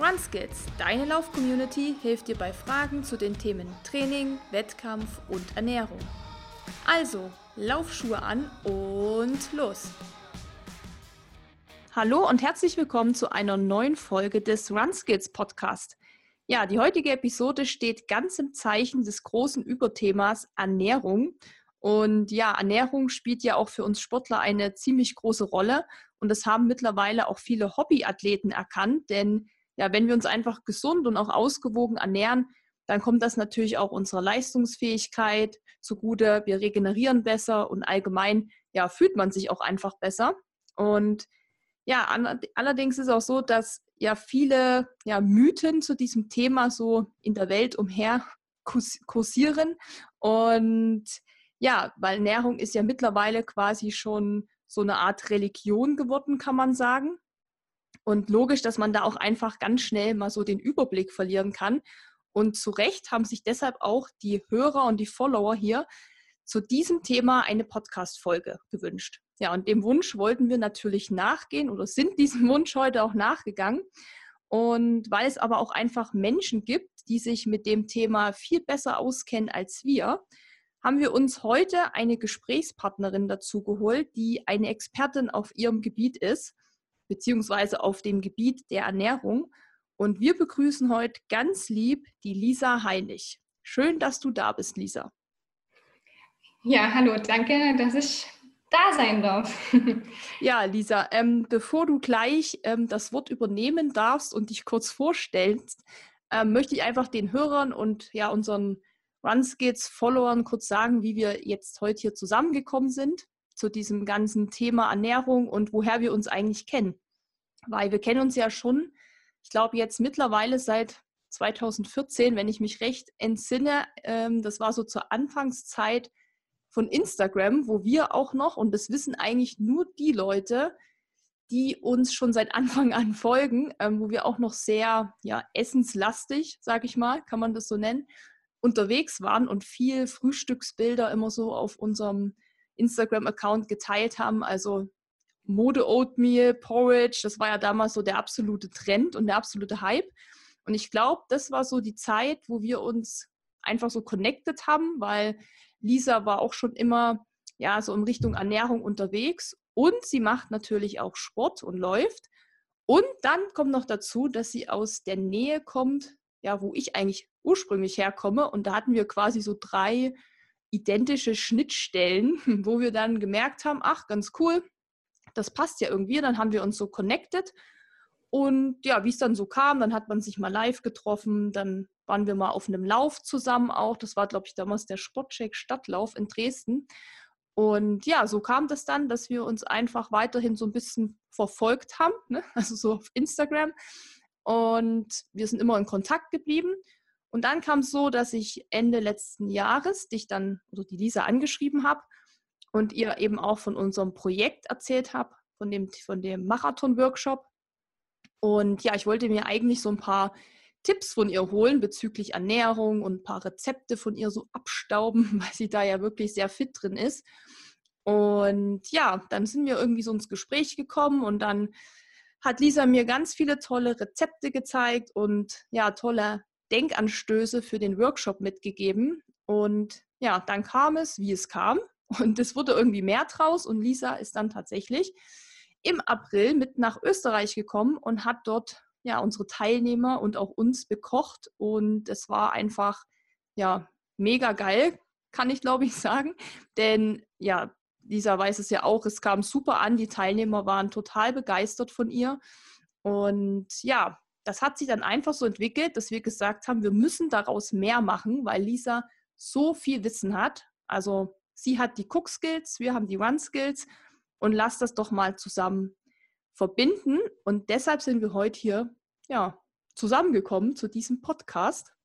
RunSkills, deine Lauf-Community, hilft dir bei Fragen zu den Themen Training, Wettkampf und Ernährung. Also, Laufschuhe an und los! Hallo und herzlich willkommen zu einer neuen Folge des RunSkills Podcast. Ja, die heutige Episode steht ganz im Zeichen des großen Überthemas Ernährung. Und ja, Ernährung spielt ja auch für uns Sportler eine ziemlich große Rolle. Und das haben mittlerweile auch viele Hobbyathleten erkannt, denn ja, wenn wir uns einfach gesund und auch ausgewogen ernähren, dann kommt das natürlich auch unserer Leistungsfähigkeit zugute. Wir regenerieren besser und allgemein ja, fühlt man sich auch einfach besser. Und ja, allerdings ist es auch so, dass ja viele Mythen zu diesem Thema so in der Welt umher kursieren. Und ja, weil Ernährung ist ja mittlerweile quasi schon so eine Art Religion geworden, kann man sagen. Und logisch, dass man da auch einfach ganz schnell mal so den Überblick verlieren kann. Und zu Recht haben sich deshalb auch die Hörer und die Follower hier zu diesem Thema eine Podcast-Folge gewünscht. Ja, und dem Wunsch wollten wir natürlich nachgehen oder sind diesem Wunsch heute auch nachgegangen. Und weil es aber auch einfach Menschen gibt, die sich mit dem Thema viel besser auskennen als wir, haben wir uns heute eine Gesprächspartnerin dazu geholt, die eine Expertin auf ihrem Gebiet ist, beziehungsweise auf dem Gebiet der Ernährung. Und wir begrüßen heute ganz lieb die Lisa Heinig. Schön, dass du da bist, Lisa. Ja, hallo, danke, dass ich da sein darf. Ja, Lisa, bevor du gleich das Wort übernehmen darfst und dich kurz vorstellst, möchte ich einfach den Hörern und ja unseren RunSkills-Followern kurz sagen, wie wir jetzt heute hier zusammengekommen sind zu diesem ganzen Thema Ernährung und woher wir uns eigentlich kennen. Weil wir kennen uns ja schon, ich glaube jetzt mittlerweile seit 2014, wenn ich mich recht entsinne, das war so zur Anfangszeit von Instagram, wo wir auch noch, und das wissen eigentlich nur die Leute, die uns schon seit Anfang an folgen, wo wir auch noch sehr essenslastig, sage ich mal, kann man das so nennen, unterwegs waren und viel Frühstücksbilder immer so auf unserem Instagram-Account geteilt haben. Also Mode-Oatmeal, Porridge, das war ja damals so der absolute Trend und der absolute Hype. Und ich glaube, das war so die Zeit, wo wir uns einfach so connected haben, weil Lisa war auch schon immer ja so in Richtung Ernährung unterwegs und sie macht natürlich auch Sport und läuft. Und dann kommt noch dazu, dass sie aus der Nähe kommt, ja, wo ich eigentlich ursprünglich herkomme. Und da hatten wir quasi so 3 identische Schnittstellen, wo wir dann gemerkt haben, ach, ganz cool, das passt ja irgendwie. Dann haben wir uns so connected. Und ja, wie es dann so kam, dann hat man sich mal live getroffen, dann waren wir mal auf einem Lauf zusammen auch. Das war, glaube ich, damals der Sportcheck Stadtlauf in Dresden. Und ja, so kam das dann, dass wir uns einfach weiterhin so ein bisschen verfolgt haben, ne? Also so auf Instagram. Und wir sind immer in Kontakt geblieben. Und dann kam es so, dass ich Ende letzten Jahres dich dann, oder die Lisa angeschrieben habe und ihr eben auch von unserem Projekt erzählt habe, von dem Marathon-Workshop. Und ja, ich wollte mir eigentlich so ein paar Tipps von ihr holen bezüglich Ernährung und ein paar Rezepte von ihr so abstauben, weil sie da ja wirklich sehr fit drin ist. Und ja, dann sind wir irgendwie so ins Gespräch gekommen und dann hat Lisa mir ganz viele tolle Rezepte gezeigt und ja, tolle Denkanstöße für den Workshop mitgegeben. Und ja, dann kam es, wie es kam. Und es wurde irgendwie mehr draus und Lisa ist dann tatsächlich im April mit nach Österreich gekommen und hat dort ja unsere Teilnehmer und auch uns bekocht. Und es war einfach ja mega geil, kann ich glaube ich sagen. Denn ja, Lisa weiß es ja auch, es kam super an, die Teilnehmer waren total begeistert von ihr. Und ja, das hat sich dann einfach so entwickelt, dass wir gesagt haben, wir müssen daraus mehr machen, weil Lisa so viel Wissen hat. Also sie hat die Cook-Skills, wir haben die Run-Skills und lasst das doch mal zusammen verbinden. Und deshalb sind wir heute hier zusammengekommen zu diesem Podcast.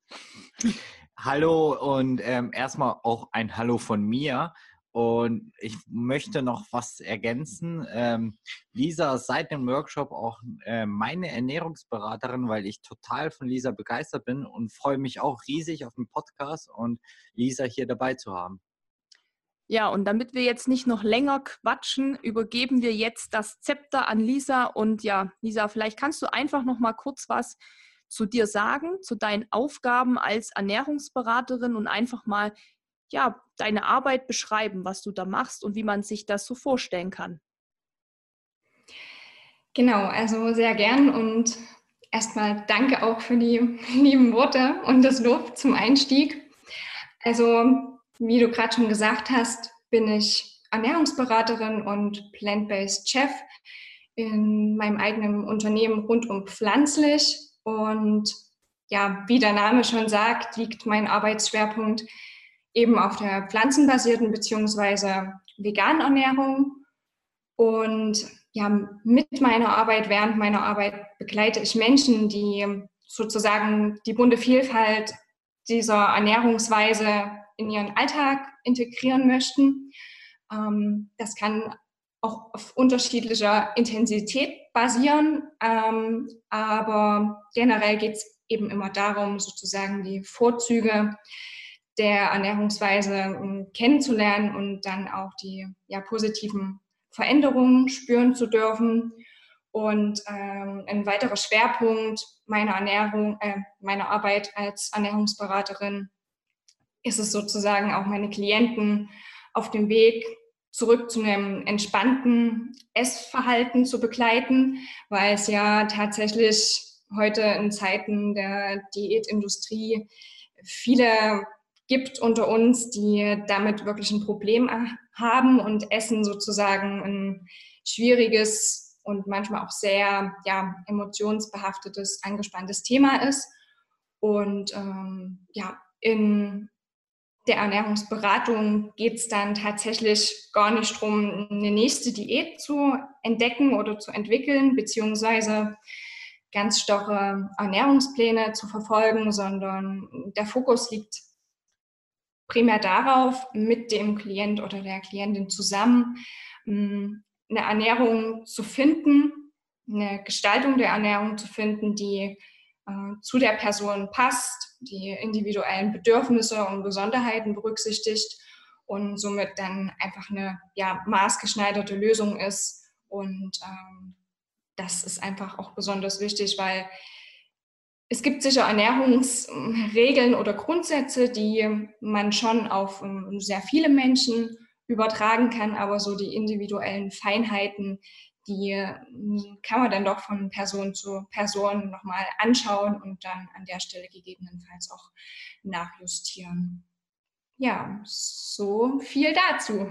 Hallo und erstmal auch ein Hallo von mir. Und ich möchte noch was ergänzen. Lisa ist seit dem Workshop auch meine Ernährungsberaterin, weil ich total von Lisa begeistert bin und freue mich auch riesig auf den Podcast und Lisa hier dabei zu haben. Ja, und damit wir jetzt nicht noch länger quatschen, übergeben wir jetzt das Zepter an Lisa. Und ja, Lisa, vielleicht kannst du einfach noch mal kurz was zu dir sagen, zu deinen Aufgaben als Ernährungsberaterin und einfach mal ja, deine Arbeit beschreiben, was du da machst und wie man sich das so vorstellen kann? Genau, also sehr gern und erstmal danke auch für die lieben Worte und das Lob zum Einstieg. Also, wie du gerade schon gesagt hast, bin ich Ernährungsberaterin und Plant-Based Chef in meinem eigenen Unternehmen rund um pflanzlich. Und ja, wie der Name schon sagt, liegt mein Arbeitsschwerpunkt eben auf der pflanzenbasierten bzw. veganen Ernährung. Und ja, mit meiner Arbeit, während meiner Arbeit begleite ich Menschen, die sozusagen die bunte Vielfalt dieser Ernährungsweise in ihren Alltag integrieren möchten. Das kann auch auf unterschiedlicher Intensität basieren, aber generell geht es eben immer darum, sozusagen die Vorzüge der Ernährungsweise kennenzulernen und dann auch die positiven Veränderungen spüren zu dürfen. Und ein weiterer Schwerpunkt meiner meiner Arbeit als Ernährungsberaterin ist es sozusagen auch meine Klienten auf dem Weg zurück zu einem entspannten Essverhalten zu begleiten, weil es ja tatsächlich heute in Zeiten der Diätindustrie viele gibt unter uns, die damit wirklich ein Problem haben und Essen sozusagen ein schwieriges und manchmal auch sehr emotionsbehaftetes, angespanntes Thema ist. Und in der Ernährungsberatung geht es dann tatsächlich gar nicht darum, eine nächste Diät zu entdecken oder zu entwickeln, beziehungsweise ganz starre Ernährungspläne zu verfolgen, sondern der Fokus liegt primär darauf, mit dem Klient oder der Klientin zusammen eine Ernährung zu finden, eine Gestaltung der Ernährung zu finden, die zu der Person passt, die individuellen Bedürfnisse und Besonderheiten berücksichtigt und somit dann einfach eine maßgeschneiderte Lösung ist. Und das ist einfach auch besonders wichtig, weil es gibt sicher Ernährungsregeln oder Grundsätze, die man schon auf sehr viele Menschen übertragen kann, aber so die individuellen Feinheiten, die kann man dann doch von Person zu Person nochmal anschauen und dann an der Stelle gegebenenfalls auch nachjustieren. Ja, so viel dazu.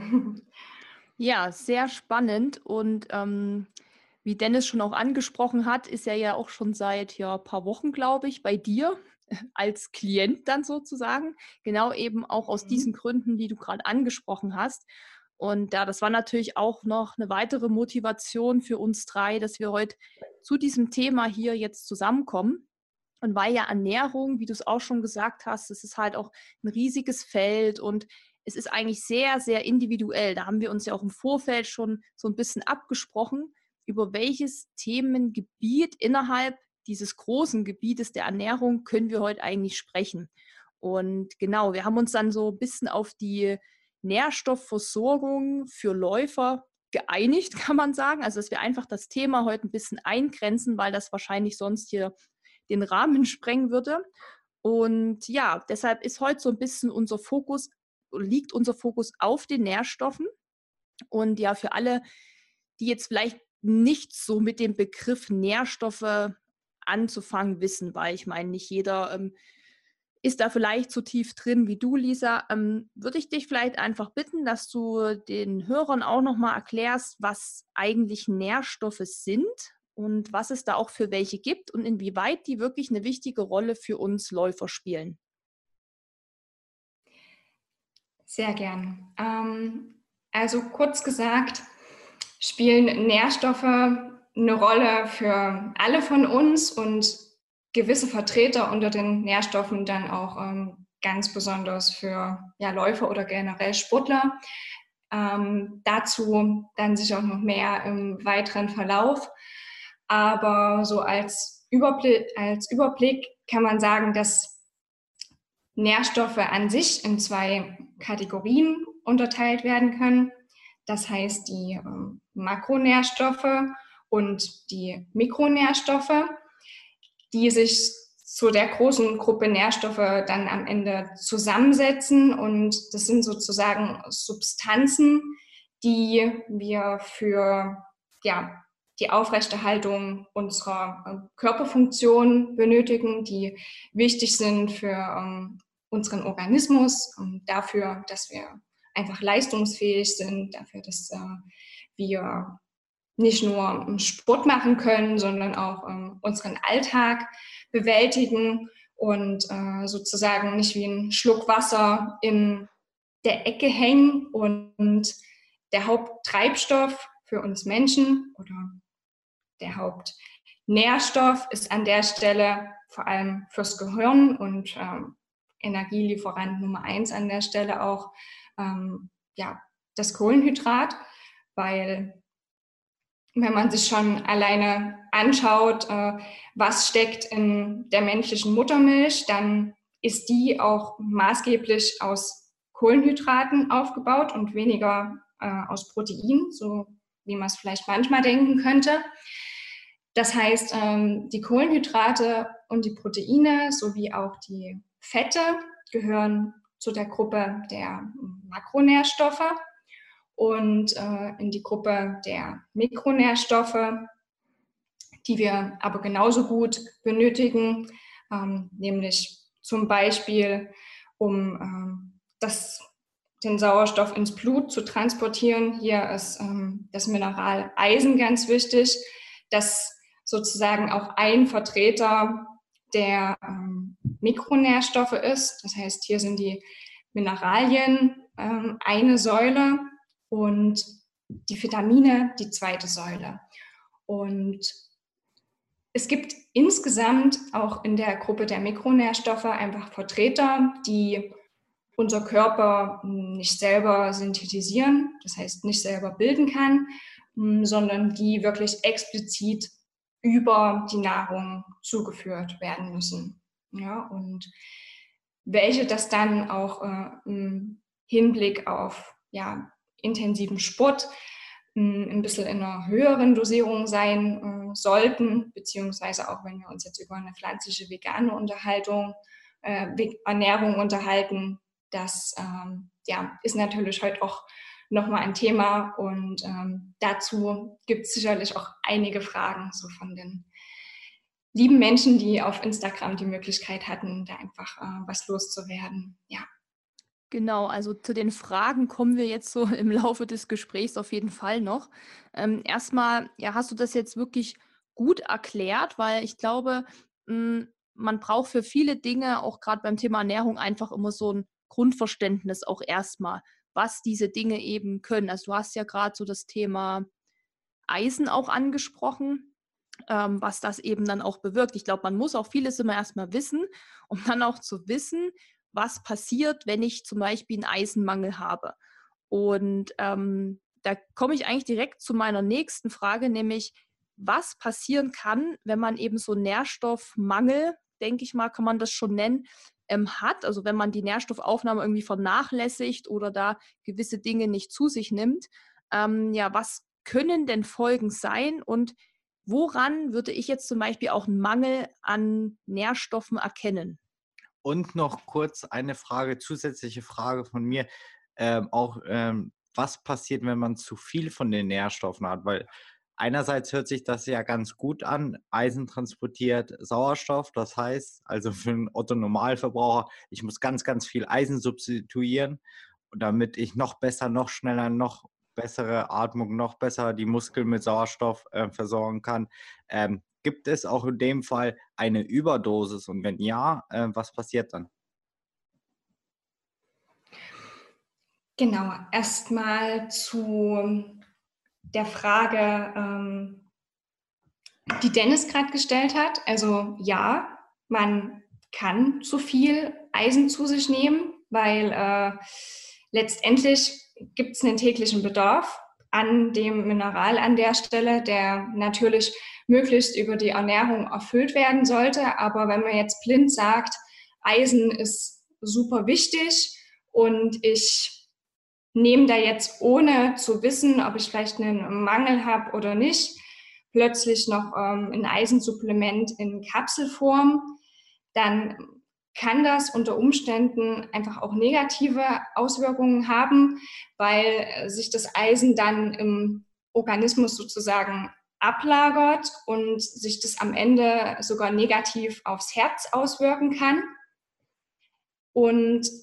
Ja, sehr spannend und wie Dennis schon auch angesprochen hat, ist er ja auch schon seit ein paar Wochen, glaube ich, bei dir als Klient dann sozusagen. Genau eben auch aus diesen Gründen, die du gerade angesprochen hast. Und ja, das war natürlich auch noch eine weitere Motivation für uns drei, dass wir heute zu diesem Thema hier jetzt zusammenkommen. Und weil ja Ernährung, wie du es auch schon gesagt hast, es ist halt auch ein riesiges Feld und es ist eigentlich sehr, sehr individuell. Da haben wir uns ja auch im Vorfeld schon so ein bisschen abgesprochen, über welches Themengebiet innerhalb dieses großen Gebietes der Ernährung können wir heute eigentlich sprechen. Und genau, wir haben uns dann so ein bisschen auf die Nährstoffversorgung für Läufer geeinigt, kann man sagen. Also, dass wir einfach das Thema heute ein bisschen eingrenzen, weil das wahrscheinlich sonst hier den Rahmen sprengen würde. Und ja, deshalb ist heute so ein bisschen liegt unser Fokus auf den Nährstoffen. Und ja, für alle, die jetzt vielleicht nicht so mit dem Begriff Nährstoffe anzufangen wissen, weil ich meine, nicht jeder ist da vielleicht so tief drin wie du, Lisa, würde ich dich vielleicht einfach bitten, dass du den Hörern auch nochmal erklärst, was eigentlich Nährstoffe sind und was es da auch für welche gibt und inwieweit die wirklich eine wichtige Rolle für uns Läufer spielen. Sehr gern. Also kurz gesagt, spielen Nährstoffe eine Rolle für alle von uns und gewisse Vertreter unter den Nährstoffen dann auch ganz besonders für Läufer oder generell Sportler. Dazu dann sicher auch noch mehr im weiteren Verlauf. Aber so als Überblick kann man sagen, dass Nährstoffe an sich in zwei Kategorien unterteilt werden können. Das heißt die Makronährstoffe und die Mikronährstoffe, die sich zu der großen Gruppe Nährstoffe dann am Ende zusammensetzen. Und das sind sozusagen Substanzen, die wir für die Aufrechterhaltung unserer Körperfunktion benötigen, die wichtig sind für unseren Organismus und dafür, dass wir einfach leistungsfähig sind, dafür, dass wir nicht nur Sport machen können, sondern auch unseren Alltag bewältigen und sozusagen nicht wie ein Schluck Wasser in der Ecke hängen. Und der Haupttreibstoff für uns Menschen oder der Hauptnährstoff ist an der Stelle vor allem fürs Gehirn und Energielieferant Nummer 1 an der Stelle auch das Kohlenhydrat, weil wenn man sich schon alleine anschaut, was steckt in der menschlichen Muttermilch, dann ist die auch maßgeblich aus Kohlenhydraten aufgebaut und weniger aus Protein, so wie man es vielleicht manchmal denken könnte. Das heißt, die Kohlenhydrate und die Proteine sowie auch die Fette gehören zu der Gruppe der Makronährstoffe und in die Gruppe der Mikronährstoffe, die wir aber genauso gut benötigen, nämlich zum Beispiel, um den Sauerstoff ins Blut zu transportieren. Hier ist das Mineral Eisen ganz wichtig, das sozusagen auch ein Vertreter der Mikronährstoffe ist. Das heißt, hier sind die Mineralien eine Säule und die Vitamine die zweite Säule. Und es gibt insgesamt auch in der Gruppe der Mikronährstoffe einfach Vertreter, die unser Körper nicht selber synthetisieren, das heißt nicht selber bilden kann, sondern die wirklich explizit über die Nahrung zugeführt werden müssen. Ja, und welche das dann auch im Hinblick auf intensiven Sport ein bisschen in einer höheren Dosierung sein sollten, beziehungsweise auch wenn wir uns jetzt über eine pflanzliche vegane Ernährung unterhalten, das ist natürlich heute auch nochmal ein Thema und dazu gibt es sicherlich auch einige Fragen so von den lieben Menschen, die auf Instagram die Möglichkeit hatten, da einfach was loszuwerden. Ja. Genau, also zu den Fragen kommen wir jetzt so im Laufe des Gesprächs auf jeden Fall noch. Erstmal, hast du das jetzt wirklich gut erklärt, weil ich glaube, man braucht für viele Dinge, auch gerade beim Thema Ernährung, einfach immer so ein Grundverständnis auch erstmal, was diese Dinge eben können. Also du hast ja gerade so das Thema Eisen auch angesprochen, was das eben dann auch bewirkt. Ich glaube, man muss auch vieles immer erstmal wissen, um dann auch zu wissen, was passiert, wenn ich zum Beispiel einen Eisenmangel habe. Und da komme ich eigentlich direkt zu meiner nächsten Frage, nämlich was passieren kann, wenn man eben so Nährstoffmangel, denke ich mal, kann man das schon nennen, hat. Also wenn man die Nährstoffaufnahme irgendwie vernachlässigt oder da gewisse Dinge nicht zu sich nimmt. Was können denn Folgen sein und woran würde ich jetzt zum Beispiel auch einen Mangel an Nährstoffen erkennen? Und noch kurz eine zusätzliche Frage von mir, was passiert, wenn man zu viel von den Nährstoffen hat? Weil einerseits hört sich das ja ganz gut an, Eisen transportiert Sauerstoff, das heißt, also für einen Otto-Normalverbraucher, ich muss ganz, ganz viel Eisen substituieren, damit ich noch besser, noch schneller, noch bessere Atmung, noch besser die Muskeln mit Sauerstoff versorgen kann. Gibt es auch in dem Fall eine Überdosis und wenn ja, was passiert dann? Genau, erstmal zu der Frage, die Dennis gerade gestellt hat. Also ja, man kann zu viel Eisen zu sich nehmen, weil letztendlich gibt es einen täglichen Bedarf an dem Mineral an der Stelle, der natürlich möglichst über die Ernährung erfüllt werden sollte. Aber wenn man jetzt blind sagt, Eisen ist super wichtig und ich nehme da jetzt, ohne zu wissen, ob ich vielleicht einen Mangel habe oder nicht, plötzlich noch ein Eisensupplement in Kapselform, dann kann das unter Umständen einfach auch negative Auswirkungen haben, weil sich das Eisen dann im Organismus sozusagen ablagert und sich das am Ende sogar negativ aufs Herz auswirken kann. Und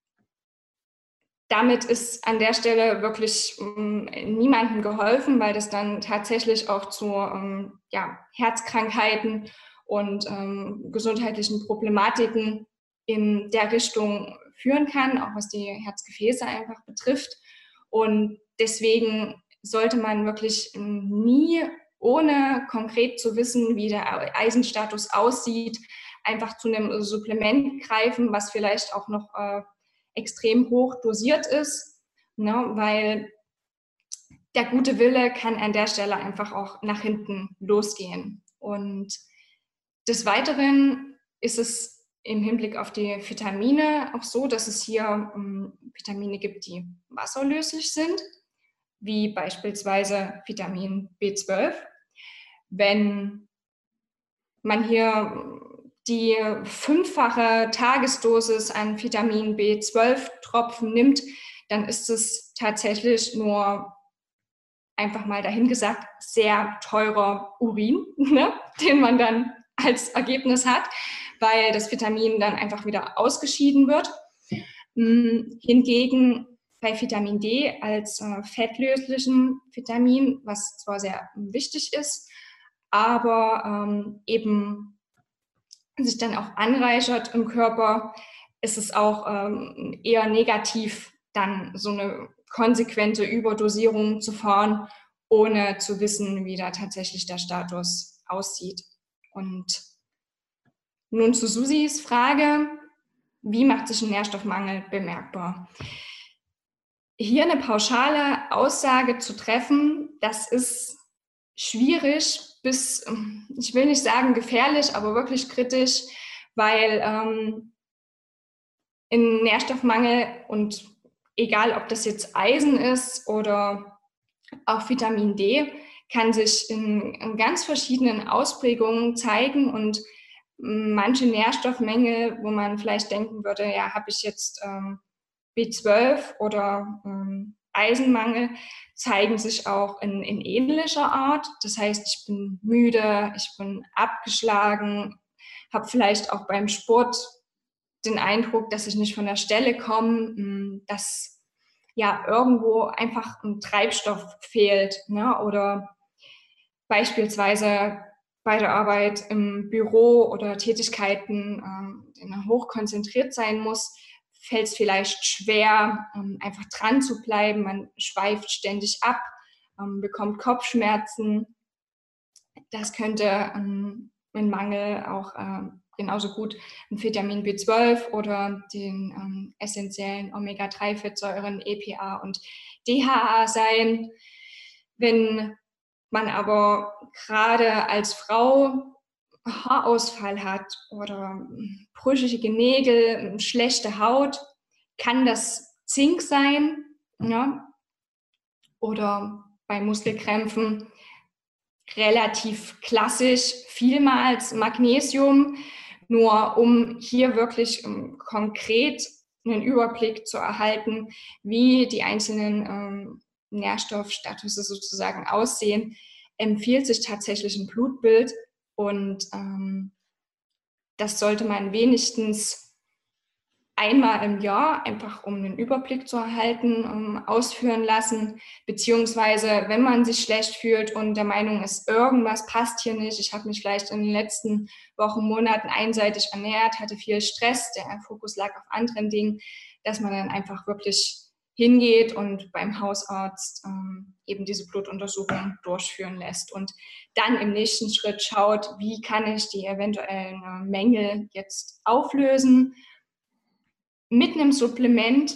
damit ist an der Stelle wirklich niemandem geholfen, weil das dann tatsächlich auch zu Herzkrankheiten und gesundheitlichen Problematiken in der Richtung führen kann, auch was die Herzgefäße einfach betrifft. Und deswegen sollte man wirklich nie, ohne konkret zu wissen, wie der Eisenstatus aussieht, einfach zu einem Supplement greifen, was vielleicht auch noch extrem hoch dosiert ist, ne, weil der gute Wille kann an der Stelle einfach auch nach hinten losgehen. Und des Weiteren ist es im Hinblick auf die Vitamine auch so, dass es hier Vitamine gibt, die wasserlöslich sind, wie beispielsweise Vitamin B12. Wenn man hier die 5-fache Tagesdosis an Vitamin B12-Tropfen nimmt, dann ist es tatsächlich nur, einfach mal dahingesagt, sehr teurer Urin, ne, den man dann als Ergebnis hat, weil das Vitamin dann einfach wieder ausgeschieden wird. Hingegen bei Vitamin D als fettlöslichen Vitamin, was zwar sehr wichtig ist, aber eben sich dann auch anreichert im Körper, ist es auch eher negativ, dann so eine konsequente Überdosierung zu fahren, ohne zu wissen, wie da tatsächlich der Status aussieht. Und nun zu Susis Frage, wie macht sich ein Nährstoffmangel bemerkbar? Hier eine pauschale Aussage zu treffen, das ist schwierig bis, ich will nicht sagen gefährlich, aber wirklich kritisch, weil in Nährstoffmangel, und egal ob das jetzt Eisen ist oder auch Vitamin D, kann sich in ganz verschiedenen Ausprägungen zeigen, und manche Nährstoffmängel, wo man vielleicht denken würde, ja, habe ich jetzt B12 oder Eisenmangel, zeigen sich auch in ähnlicher Art. Das heißt, ich bin müde, ich bin abgeschlagen, habe vielleicht auch beim Sport den Eindruck, dass ich nicht von der Stelle komme, dass ja irgendwo einfach ein Treibstoff fehlt, ne? Oder beispielsweise bei der Arbeit im Büro oder Tätigkeiten, in denen man hochkonzentriert sein muss, fällt es vielleicht schwer, einfach dran zu bleiben. Man schweift ständig ab, bekommt Kopfschmerzen. Das könnte ein Mangel auch genauso gut ein Vitamin B12 oder den essentiellen Omega-3-Fettsäuren EPA und DHA sein. Wenn man aber gerade als Frau Haarausfall hat oder brüchige Nägel, schlechte Haut, kann das Zink sein, ja? Oder bei Muskelkrämpfen relativ klassisch vielmals Magnesium, nur um hier wirklich konkret einen Überblick zu erhalten, wie die einzelnen Nährstoffstatusse sozusagen aussehen, empfiehlt sich tatsächlich ein Blutbild, und das sollte man wenigstens einmal im Jahr, einfach um einen Überblick zu erhalten, ausführen lassen, beziehungsweise wenn man sich schlecht fühlt und der Meinung ist, irgendwas passt hier nicht, ich habe mich vielleicht in den letzten Wochen, Monaten einseitig ernährt, hatte viel Stress, der Fokus lag auf anderen Dingen, dass man dann einfach wirklich hingeht und beim Hausarzt eben diese Blutuntersuchung durchführen lässt und dann im nächsten Schritt schaut, wie kann ich die eventuellen Mängel jetzt auflösen, mit einem Supplement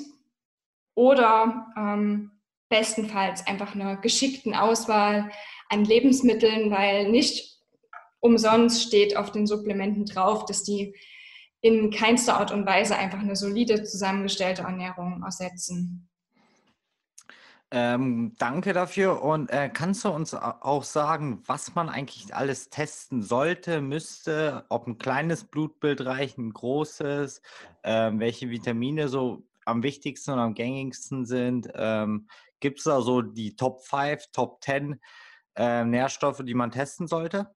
oder bestenfalls einfach einer geschickten Auswahl an Lebensmitteln, weil nicht umsonst steht auf den Supplementen drauf, dass die in keinster Art und Weise einfach eine solide zusammengestellte Ernährung ersetzen. Danke dafür. Und kannst du uns auch sagen, was man eigentlich alles testen sollte, müsste, ob ein kleines Blutbild reicht, ein großes, welche Vitamine so am wichtigsten und am gängigsten sind? Gibt es da so die Top 5, Top 10 Nährstoffe, die man testen sollte?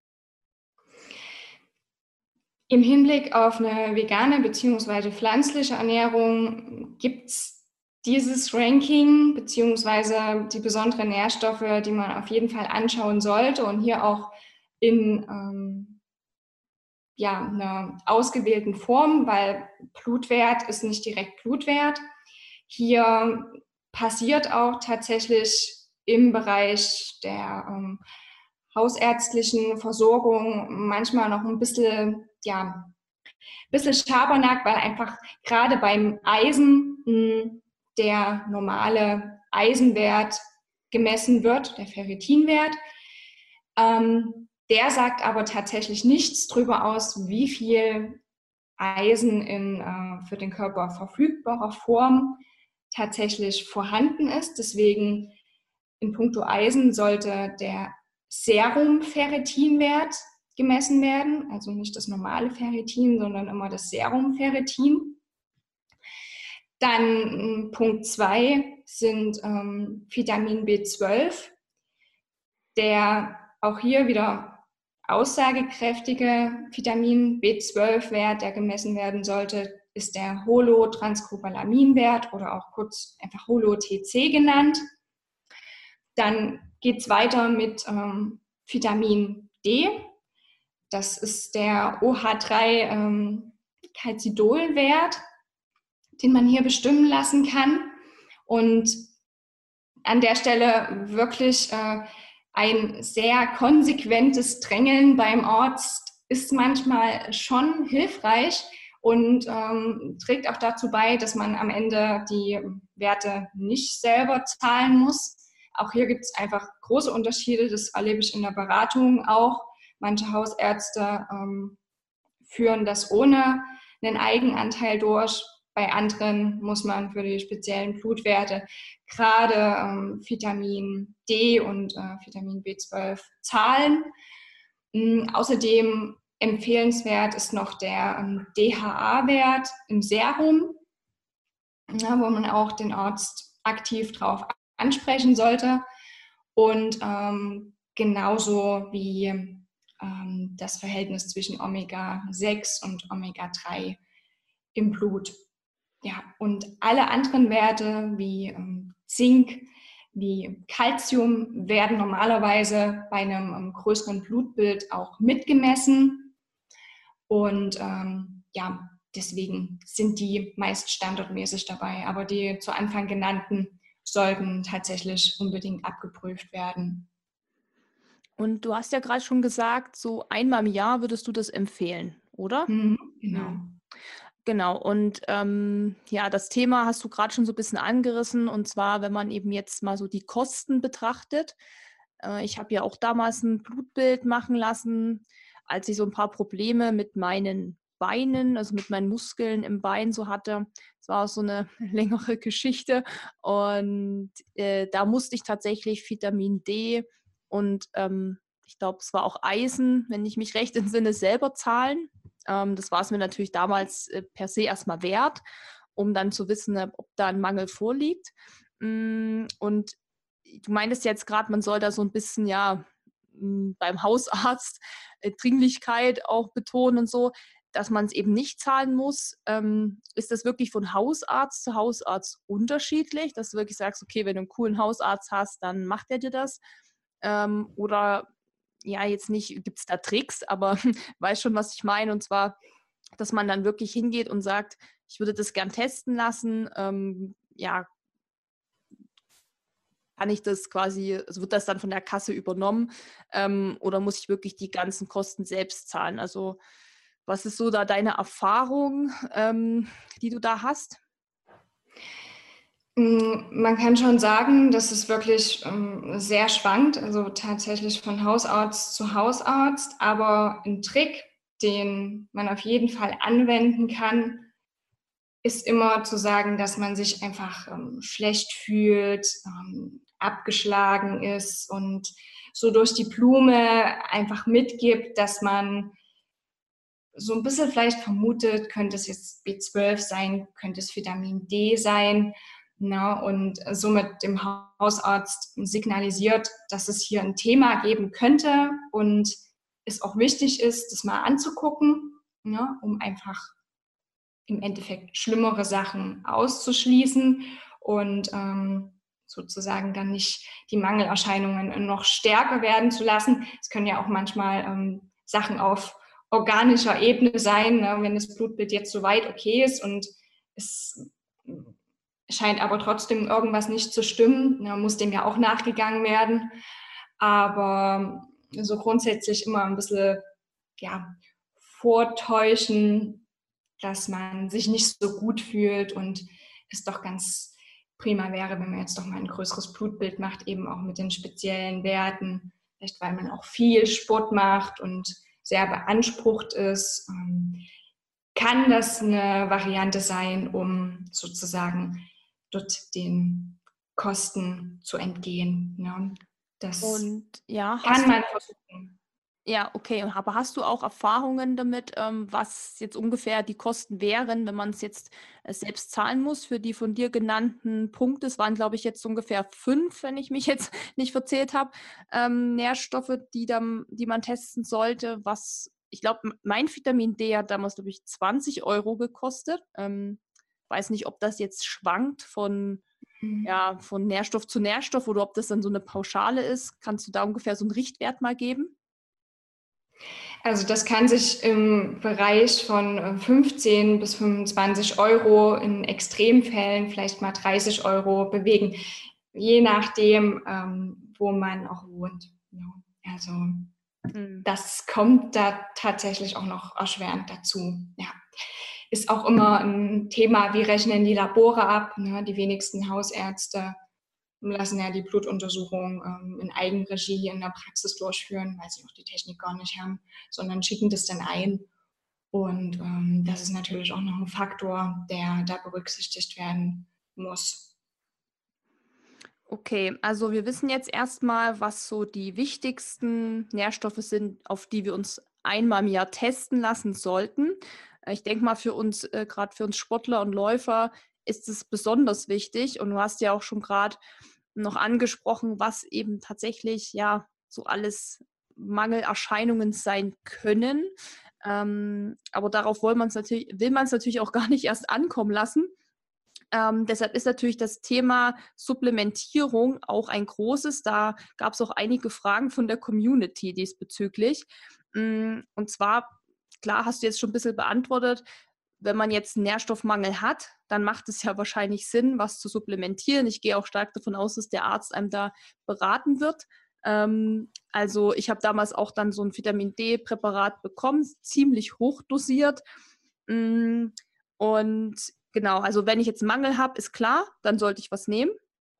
Im Hinblick auf eine vegane bzw. pflanzliche Ernährung gibt es dieses Ranking bzw. die besonderen Nährstoffe, die man auf jeden Fall anschauen sollte und hier auch in einer ausgewählten Form, weil Blutwert ist nicht direkt Blutwert. Hier passiert auch tatsächlich im Bereich der hausärztlichen Versorgung manchmal noch ein bisschen Schabernack, weil einfach gerade beim Eisen der normale Eisenwert gemessen wird, der Ferritinwert. Der sagt aber tatsächlich nichts darüber aus, wie viel Eisen in für den Körper verfügbarer Form tatsächlich vorhanden ist. Deswegen in puncto Eisen sollte der Serumferritinwert gemessen werden, also nicht das normale Ferritin, sondern immer das Serumferritin. Dann Punkt 2 sind Vitamin B12, der auch hier wieder aussagekräftige Vitamin B12-Wert, der gemessen werden sollte, ist der Holotranscobalamin-Wert oder auch kurz einfach Holo-TC genannt. Dann geht es weiter mit Vitamin D. Das ist der OH3-Calcidol-Wert, den man hier bestimmen lassen kann. Und an der Stelle wirklich ein sehr konsequentes Drängeln beim Arzt ist manchmal schon hilfreich und trägt auch dazu bei, dass man am Ende die Werte nicht selber zahlen muss. Auch hier gibt es einfach große Unterschiede, das erlebe ich in der Beratung auch. Manche Hausärzte führen das ohne einen Eigenanteil durch. Bei anderen muss man für die speziellen Blutwerte gerade Vitamin D und Vitamin B12 zahlen. Außerdem empfehlenswert ist noch der DHA-Wert im Serum, wo man auch den Arzt aktiv drauf ansprechen sollte. Und genauso wie das Verhältnis zwischen Omega-6 und Omega-3 im Blut. Ja, und alle anderen Werte wie Zink, wie Calcium werden normalerweise bei einem größeren Blutbild auch mitgemessen. Und deswegen sind die meist standardmäßig dabei. Aber die zu Anfang genannten sollten tatsächlich unbedingt abgeprüft werden. Und du hast ja gerade schon gesagt, so einmal im Jahr würdest du das empfehlen, oder? Genau. Genau, und das Thema hast du gerade schon so ein bisschen angerissen, und zwar, wenn man eben jetzt mal so die Kosten betrachtet. Ich habe ja auch damals ein Blutbild machen lassen, als ich so ein paar Probleme mit meinen Beinen, also mit meinen Muskeln im Bein so hatte. Es war auch so eine längere Geschichte, und da musste ich tatsächlich Vitamin D und ich glaube, es war auch Eisen, wenn ich mich recht entsinne, selber zahlen. Das war es mir natürlich damals per se erstmal wert, um dann zu wissen, ob da ein Mangel vorliegt. Und du meintest jetzt gerade, man soll da so ein bisschen beim Hausarzt Dringlichkeit auch betonen und so, dass man es eben nicht zahlen muss. Ist das wirklich von Hausarzt zu Hausarzt unterschiedlich, dass du wirklich sagst, okay, wenn du einen coolen Hausarzt hast, dann macht er dir das? Oder ja, jetzt nicht, gibt es da Tricks, aber weiß schon, was ich meine. Und zwar, dass man dann wirklich hingeht und sagt, ich würde das gern testen lassen. Kann ich das quasi, also wird das dann von der Kasse übernommen, oder muss ich wirklich die ganzen Kosten selbst zahlen? Also was ist so da deine Erfahrung, die du da hast? Man kann schon sagen, dass es wirklich sehr schwankt, also tatsächlich von Hausarzt zu Hausarzt. Aber ein Trick, den man auf jeden Fall anwenden kann, ist immer zu sagen, dass man sich einfach schlecht fühlt, abgeschlagen ist und so durch die Blume einfach mitgibt, dass man so ein bisschen vielleicht vermutet, könnte es jetzt B12 sein, könnte es Vitamin D sein, na, und somit dem Hausarzt signalisiert, dass es hier ein Thema geben könnte und es auch wichtig ist, das mal anzugucken, na, um einfach im Endeffekt schlimmere Sachen auszuschließen und sozusagen dann nicht die Mangelerscheinungen noch stärker werden zu lassen. Es können ja auch manchmal Sachen auf organischer Ebene sein, ne, wenn das Blutbild jetzt soweit okay ist und es scheint aber trotzdem irgendwas nicht zu stimmen, ne, muss dem ja auch nachgegangen werden. Aber so grundsätzlich immer ein bisschen ja, vortäuschen, dass man sich nicht so gut fühlt und es doch ganz prima wäre, wenn man jetzt doch mal ein größeres Blutbild macht, eben auch mit den speziellen Werten, vielleicht weil man auch viel Sport macht und sehr beansprucht ist, kann das eine Variante sein, um sozusagen dort den Kosten zu entgehen. Ne? Das Und ja, kann man versuchen. Ja, okay. Aber hast du auch Erfahrungen damit, was jetzt ungefähr die Kosten wären, wenn man es jetzt selbst zahlen muss für die von dir genannten Punkte? Es waren, glaube ich, jetzt ungefähr 5, wenn ich mich jetzt nicht verzählt habe, Nährstoffe, die man testen sollte. Was, ich glaube, mein Vitamin D hat damals, glaube ich, 20 € gekostet. Weiß nicht, ob das jetzt schwankt von Nährstoff zu Nährstoff oder ob das dann so eine Pauschale ist. Kannst du da ungefähr so einen Richtwert mal geben? Also das kann sich im Bereich von 15 bis 25 € in Extremfällen, vielleicht mal 30 € bewegen, je nachdem, wo man auch wohnt. Ja, also das kommt da tatsächlich auch noch erschwerend dazu. Ja. Ist auch immer ein Thema, wie rechnen die Labore ab? Ne? Die wenigsten Hausärzte lassen ja die Blutuntersuchung in Eigenregie in der Praxis durchführen, weil sie auch die Technik gar nicht haben, sondern schicken das dann ein. Und das ist natürlich auch noch ein Faktor, der da berücksichtigt werden muss. Okay, also wir wissen jetzt erstmal, was so die wichtigsten Nährstoffe sind, auf die wir uns einmal im Jahr testen lassen sollten. Ich denke mal, für uns, gerade für uns Sportler und Läufer, ist es besonders wichtig. Und du hast ja auch schon gerade noch angesprochen, was eben tatsächlich ja so alles Mangelerscheinungen sein können. Aber darauf will man es natürlich auch gar nicht erst ankommen lassen. Deshalb ist natürlich das Thema Supplementierung auch ein großes. Da gab es auch einige Fragen von der Community diesbezüglich. Und zwar, klar, hast du jetzt schon ein bisschen beantwortet, wenn man jetzt einen Nährstoffmangel hat, dann macht es ja wahrscheinlich Sinn, was zu supplementieren. Ich gehe auch stark davon aus, dass der Arzt einem da beraten wird. Also ich habe damals auch dann so ein Vitamin D-Präparat bekommen, ziemlich hoch dosiert. Und genau, also wenn ich jetzt einen Mangel habe, ist klar, dann sollte ich was nehmen.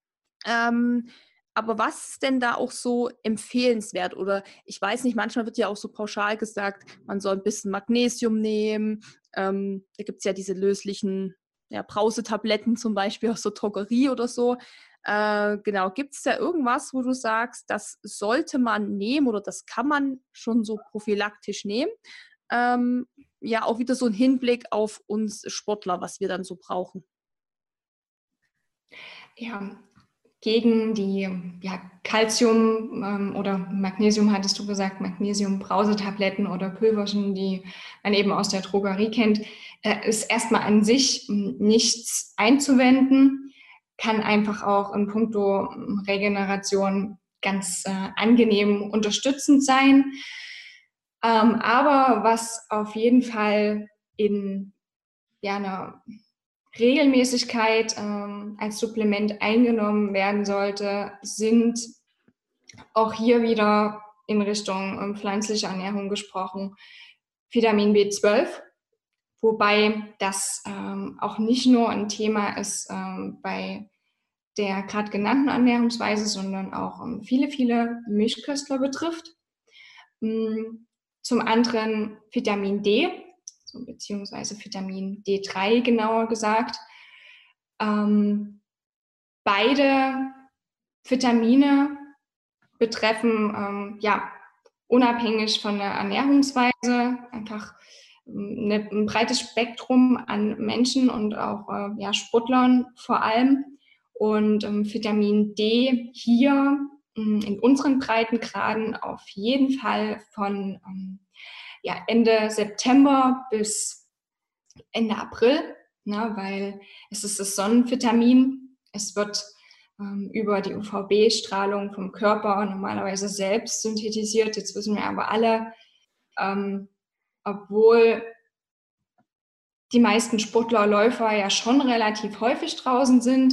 Aber was ist denn da auch so empfehlenswert? Oder ich weiß nicht, manchmal wird ja auch so pauschal gesagt, man soll ein bisschen Magnesium nehmen. Da gibt es ja diese löslichen Brausetabletten zum Beispiel aus der Drogerie oder so. Genau, gibt es da irgendwas, wo du sagst, das sollte man nehmen oder das kann man schon so prophylaktisch nehmen? Ja, auch wieder so ein Hinblick auf uns Sportler, was wir dann so brauchen. Ja, gegen die Calcium oder Magnesium, hattest du gesagt, Magnesium-Brausetabletten oder Pülverchen, die man eben aus der Drogerie kennt, ist erstmal an sich nichts einzuwenden, kann einfach auch in puncto Regeneration ganz angenehm unterstützend sein. Aber was auf jeden Fall in einer Regelmäßigkeit als Supplement eingenommen werden sollte, sind auch hier wieder in Richtung pflanzliche Ernährung gesprochen, Vitamin B12, wobei das auch nicht nur ein Thema ist bei der gerade genannten Ernährungsweise, sondern auch viele Mischköstler betrifft. Zum anderen Vitamin D so, beziehungsweise Vitamin D3 genauer gesagt. Beide Vitamine betreffen unabhängig von der Ernährungsweise einfach ein breites Spektrum an Menschen und auch Sportlern vor allem. Und Vitamin D hier in unseren Breitengraden auf jeden Fall von Ende September bis Ende April, weil es ist das Sonnenvitamin. Es wird über die UVB-Strahlung vom Körper normalerweise selbst synthetisiert. Jetzt wissen wir aber alle, obwohl die meisten Sportler, Läufer ja schon relativ häufig draußen sind,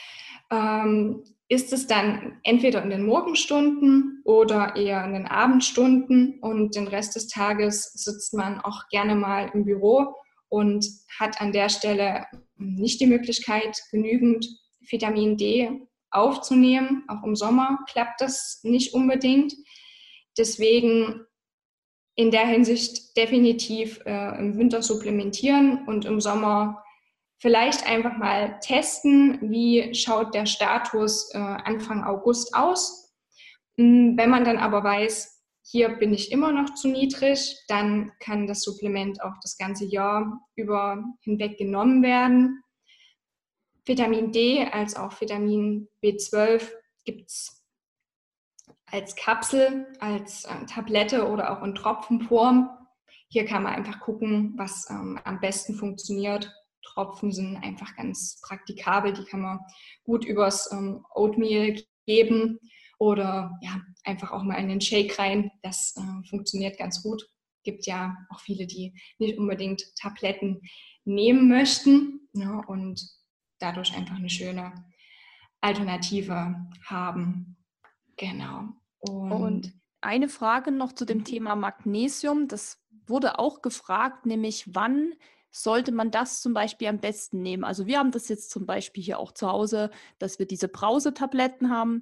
ist es dann entweder in den Morgenstunden oder eher in den Abendstunden, und den Rest des Tages sitzt man auch gerne mal im Büro und hat an der Stelle nicht die Möglichkeit, genügend Vitamin D aufzunehmen. Auch im Sommer klappt das nicht unbedingt. Deswegen in der Hinsicht definitiv im Winter supplementieren und im Sommer vielleicht einfach mal testen, wie schaut der Status Anfang August aus. Wenn man dann aber weiß, hier bin ich immer noch zu niedrig, dann kann das Supplement auch das ganze Jahr über hinweg genommen werden. Vitamin D als auch Vitamin B12 gibt es als Kapsel, als Tablette oder auch in Tropfenform. Hier kann man einfach gucken, was am besten funktioniert. Tropfen sind einfach ganz praktikabel, die kann man gut übers Oatmeal geben oder einfach auch mal in den Shake rein. Das funktioniert ganz gut. Gibt ja auch viele, die nicht unbedingt Tabletten nehmen möchten, und dadurch einfach eine schöne Alternative haben. Genau. Und eine Frage noch zu dem Thema Magnesium. Das wurde auch gefragt, nämlich wann sollte man das zum Beispiel am besten nehmen? Also wir haben das jetzt zum Beispiel hier auch zu Hause, dass wir diese Brausetabletten haben.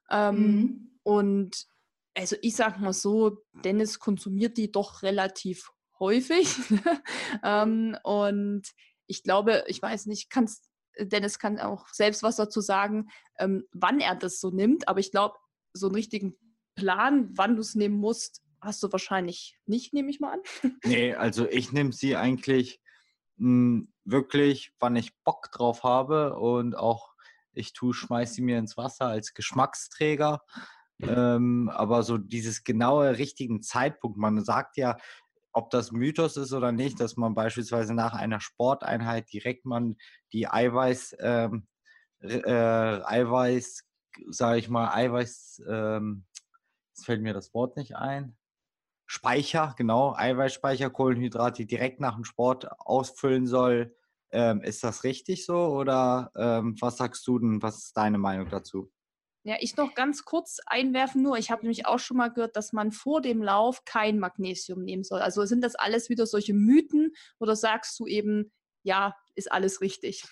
Und also ich sage mal so, Dennis konsumiert die doch relativ häufig. Und ich glaube, ich weiß nicht, Dennis kann auch selbst was dazu sagen, wann er das so nimmt. Aber ich glaube, so einen richtigen Plan, wann du es nehmen musst, hast du wahrscheinlich nicht, nehme ich mal an. Nee, also ich nehme sie eigentlich wirklich, wann ich Bock drauf habe, und auch schmeiße sie mir ins Wasser als Geschmacksträger. Aber so dieses genaue richtigen Zeitpunkt, man sagt ja, ob das Mythos ist oder nicht, dass man beispielsweise nach einer Sporteinheit direkt die Eiweiß, sage ich mal, jetzt fällt mir das Wort nicht ein. Speicher, genau, Eiweißspeicher, Kohlenhydrate direkt nach dem Sport ausfüllen soll. Ist das richtig so, oder was sagst du denn, was ist deine Meinung dazu? Ja, ich noch ganz kurz einwerfen nur. Ich habe nämlich auch schon mal gehört, dass man vor dem Lauf kein Magnesium nehmen soll. Also sind das alles wieder solche Mythen, oder sagst du eben, ja, ist alles richtig?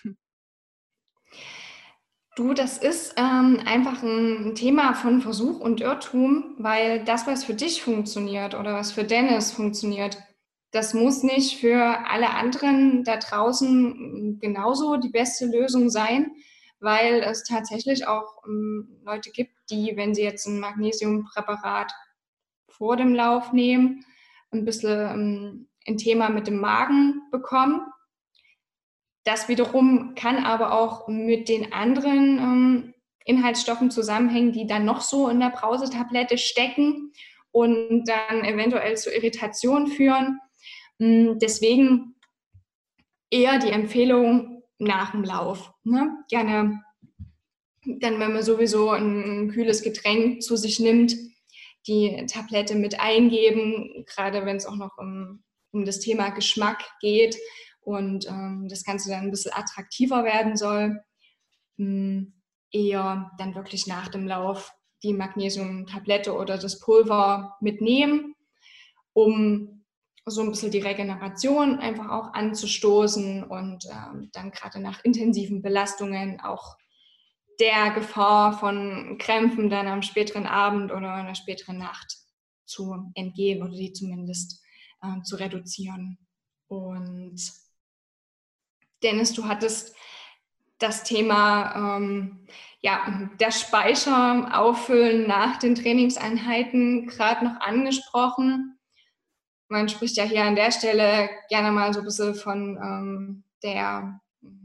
Du, das ist einfach ein Thema von Versuch und Irrtum, weil das, was für dich funktioniert oder was für Dennis funktioniert, das muss nicht für alle anderen da draußen genauso die beste Lösung sein, weil es tatsächlich auch Leute gibt, die, wenn sie jetzt ein Magnesiumpräparat vor dem Lauf nehmen, ein bisschen ein Thema mit dem Magen bekommen. Das wiederum kann aber auch mit den anderen Inhaltsstoffen zusammenhängen, die dann noch so in der Brausetablette stecken und dann eventuell zu Irritationen führen. Deswegen eher die Empfehlung nach dem Lauf. Gerne dann, wenn man sowieso ein kühles Getränk zu sich nimmt, die Tablette mit eingeben, gerade wenn es auch noch um das Thema Geschmack geht und das Ganze dann ein bisschen attraktiver werden soll, eher dann wirklich nach dem Lauf die Magnesium-Tablette oder das Pulver mitnehmen, um so ein bisschen die Regeneration einfach auch anzustoßen und dann gerade nach intensiven Belastungen auch der Gefahr von Krämpfen dann am späteren Abend oder in der späteren Nacht zu entgehen oder die zumindest zu reduzieren. Und Dennis, du hattest das Thema der Speicher auffüllen nach den Trainingseinheiten gerade noch angesprochen. Man spricht ja hier an der Stelle gerne mal so ein bisschen von der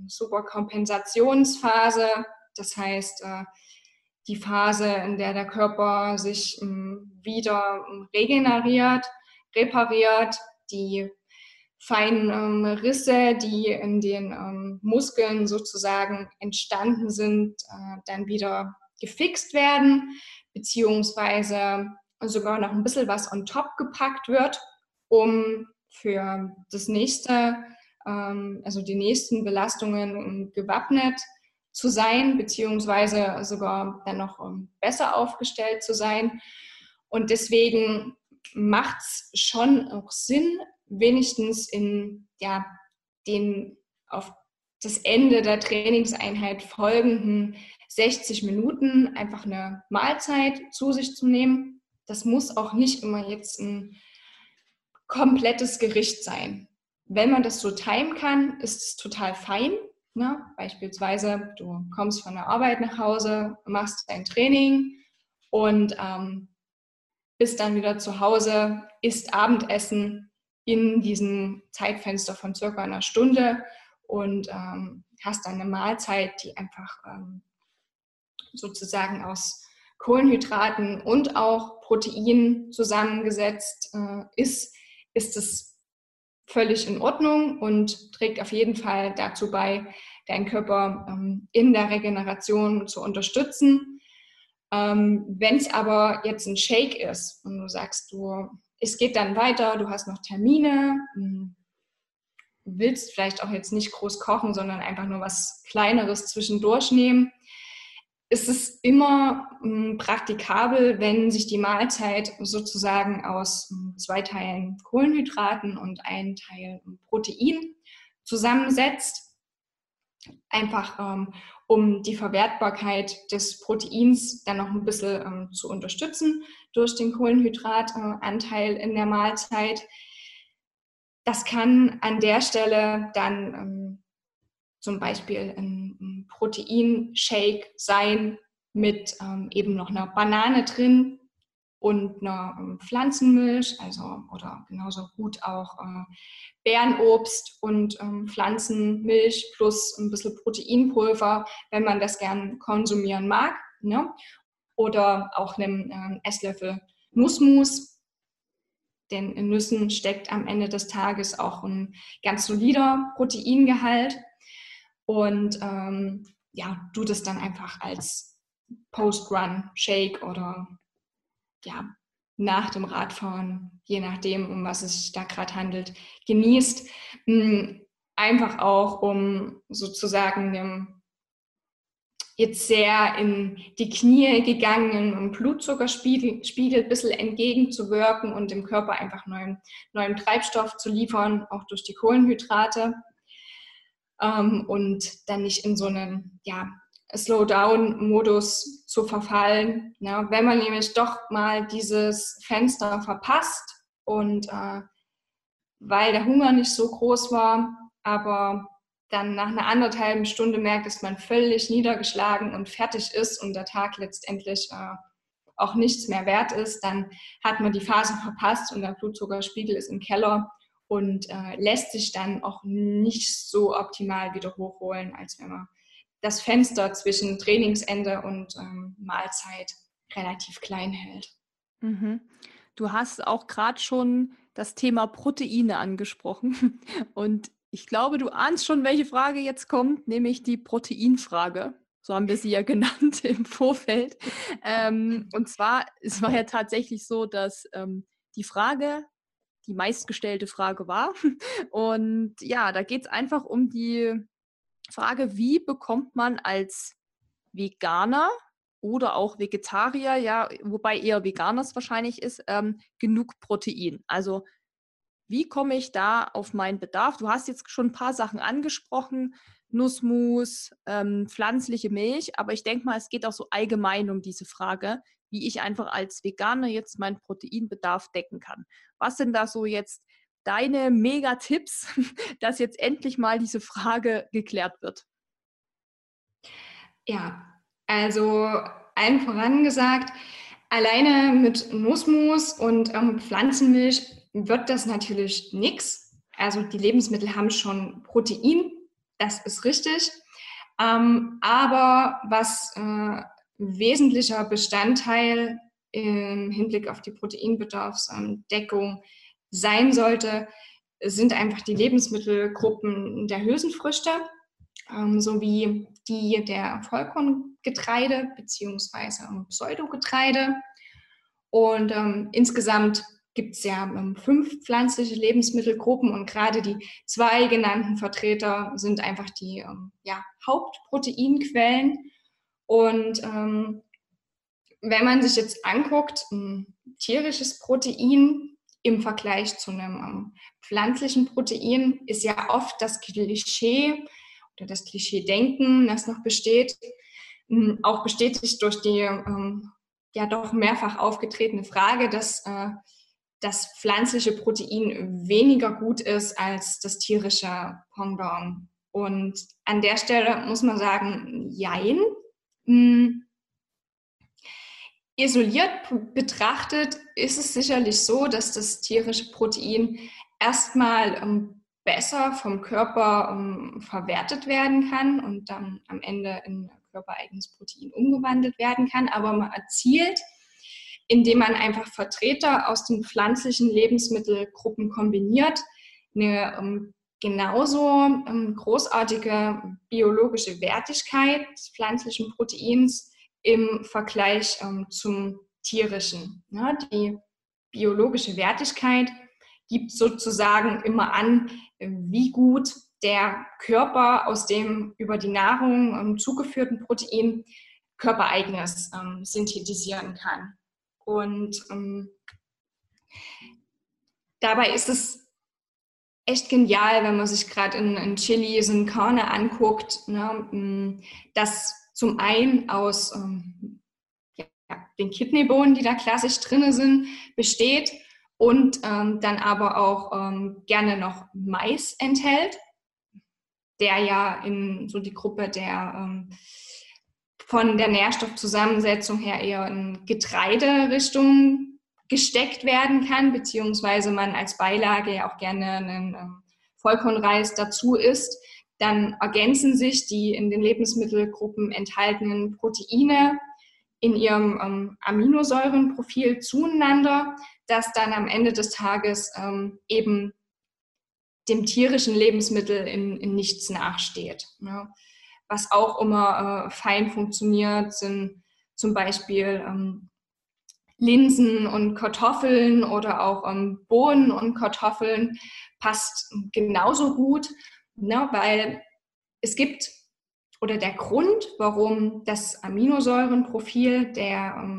Superkompensationsphase. Das heißt, die Phase, in der der Körper sich wieder regeneriert, repariert, die feinen Risse, die in den Muskeln sozusagen entstanden sind, dann wieder gefixt werden, beziehungsweise sogar noch ein bisschen was on top gepackt wird, um für das nächste, also die nächsten Belastungen gewappnet zu sein, beziehungsweise sogar dann noch besser aufgestellt zu sein. Und deswegen macht es schon auch Sinn, wenigstens in den auf das Ende der Trainingseinheit folgenden 60 Minuten einfach eine Mahlzeit zu sich zu nehmen. Das muss auch nicht immer jetzt ein komplettes Gericht sein. Wenn man das so timen kann, ist es total fein. Ne? Beispielsweise, du kommst von der Arbeit nach Hause, machst dein Training und bist dann wieder zu Hause, isst Abendessen in diesem Zeitfenster von circa einer Stunde und hast dann eine Mahlzeit, die einfach sozusagen aus Kohlenhydraten und auch Proteinen zusammengesetzt ist es völlig in Ordnung und trägt auf jeden Fall dazu bei, deinen Körper in der Regeneration zu unterstützen. Wenn es aber jetzt ein Shake ist und du sagst, es geht dann weiter, du hast noch Termine, willst vielleicht auch jetzt nicht groß kochen, sondern einfach nur was Kleineres zwischendurch nehmen, ist es immer praktikabel, wenn sich die Mahlzeit sozusagen aus 2 Teilen Kohlenhydraten und 1 Teil Protein zusammensetzt. Einfach um die Verwertbarkeit des Proteins dann noch ein bisschen zu unterstützen durch den Kohlenhydratanteil in der Mahlzeit. Das kann an der Stelle dann zum Beispiel ein Proteinshake sein mit eben noch einer Banane drin und einer Pflanzenmilch, oder genauso gut auch Beerenobst und Pflanzenmilch plus ein bisschen Proteinpulver, wenn man das gern konsumieren mag. Ne? Oder auch einem Esslöffel Nussmus, denn in Nüssen steckt am Ende des Tages auch ein ganz solider Proteingehalt. Und du das dann einfach als Post-Run-Shake oder nach dem Radfahren, je nachdem, um was es sich da gerade handelt, genießt. Einfach auch, um sozusagen dem jetzt sehr in die Knie gegangenen Blutzuckerspiegel ein bisschen entgegenzuwirken und dem Körper einfach neuen Treibstoff zu liefern, auch durch die Kohlenhydrate. Und dann nicht in so einen Slowdown-Modus zu verfallen. Ja, wenn man nämlich doch mal dieses Fenster verpasst und weil der Hunger nicht so groß war, aber dann nach einer 1,5 Stunde merkt, dass man völlig niedergeschlagen und fertig ist und der Tag letztendlich auch nichts mehr wert ist, dann hat man die Phase verpasst und der Blutzuckerspiegel ist im Keller und lässt sich dann auch nicht so optimal wieder hochholen, als wenn man das Fenster zwischen Trainingsende und Mahlzeit relativ klein hält. Mhm. Du hast auch gerade schon das Thema Proteine angesprochen und ich glaube, du ahnst schon, welche Frage jetzt kommt, nämlich die Proteinfrage. So haben wir sie ja genannt im Vorfeld. Und zwar, es war ja tatsächlich so, dass die Frage die meistgestellte Frage war. Und ja, da geht es einfach um die Frage, wie bekommt man als Veganer oder auch Vegetarier, ja, wobei eher Veganers wahrscheinlich ist, genug Protein. Also wie komme ich da auf meinen Bedarf? Du hast jetzt schon ein paar Sachen angesprochen, Nussmus, pflanzliche Milch, aber ich denke mal, es geht auch so allgemein um diese Frage, wie ich einfach als Veganer jetzt meinen Proteinbedarf decken kann. Was sind da so jetzt deine Mega-Tipps, dass jetzt endlich mal diese Frage geklärt wird? Ja, also allen voran gesagt, alleine mit Nussmus und Pflanzenmilch wird das natürlich nichts. Also die Lebensmittel haben schon Protein, das ist richtig. Aber was wesentlicher Bestandteil im Hinblick auf die Proteinbedarfsdeckung sein sollte, sind einfach die Lebensmittelgruppen der Hülsenfrüchte sowie die der Vollkorngetreide bzw. Pseudogetreide. Und insgesamt gibt es ja 5 pflanzliche Lebensmittelgruppen und gerade die 2 genannten Vertreter sind einfach die Hauptproteinquellen. Und wenn man sich jetzt anguckt, ein tierisches Protein im Vergleich zu einem pflanzlichen Protein ist ja oft das Klischee oder das Klischee-Denken, das noch besteht, auch bestätigt durch die doch mehrfach aufgetretene Frage, dass das pflanzliche Protein weniger gut ist als das tierische Pendant. Und an der Stelle muss man sagen, jein. Isoliert betrachtet ist es sicherlich so, dass das tierische Protein erstmal besser vom Körper verwertet werden kann und dann am Ende in körpereigenes Protein umgewandelt werden kann. Aber man erzielt, indem man einfach Vertreter aus den pflanzlichen Lebensmittelgruppen kombiniert, eine genauso großartige biologische Wertigkeit des pflanzlichen Proteins im Vergleich zum tierischen. Ja, die biologische Wertigkeit gibt sozusagen immer an, wie gut der Körper aus dem über die Nahrung zugeführten Protein körpereigenes synthetisieren kann. Und dabei ist es echt genial, wenn man sich gerade in Chili so eine Körner anguckt, ne, dass zum einen aus den Kidneybohnen, die da klassisch drin sind, besteht und dann aber auch gerne noch Mais enthält, der ja in so die Gruppe der von der Nährstoffzusammensetzung her eher in Getreiderichtung gesteckt werden kann, beziehungsweise man als Beilage ja auch gerne einen Vollkornreis dazu isst. Dann ergänzen sich die in den Lebensmittelgruppen enthaltenen Proteine in ihrem Aminosäurenprofil zueinander, das dann am Ende des Tages eben dem tierischen Lebensmittel in nichts nachsteht. Ne? Was auch immer fein funktioniert, sind zum Beispiel Linsen und Kartoffeln oder auch Bohnen und Kartoffeln, passt genauso gut, ne? Weil es gibt, oder der Grund, warum das Aminosäurenprofil der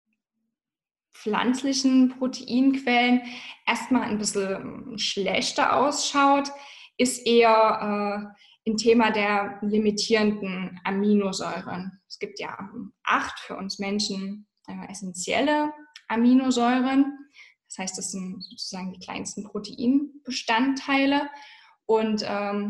pflanzlichen Proteinquellen erstmal ein bisschen schlechter ausschaut, ist eher ein Thema der limitierenden Aminosäuren. Es gibt ja 8 für uns Menschen essentielle Aminosäuren. Das heißt, das sind sozusagen die kleinsten Proteinbestandteile. Und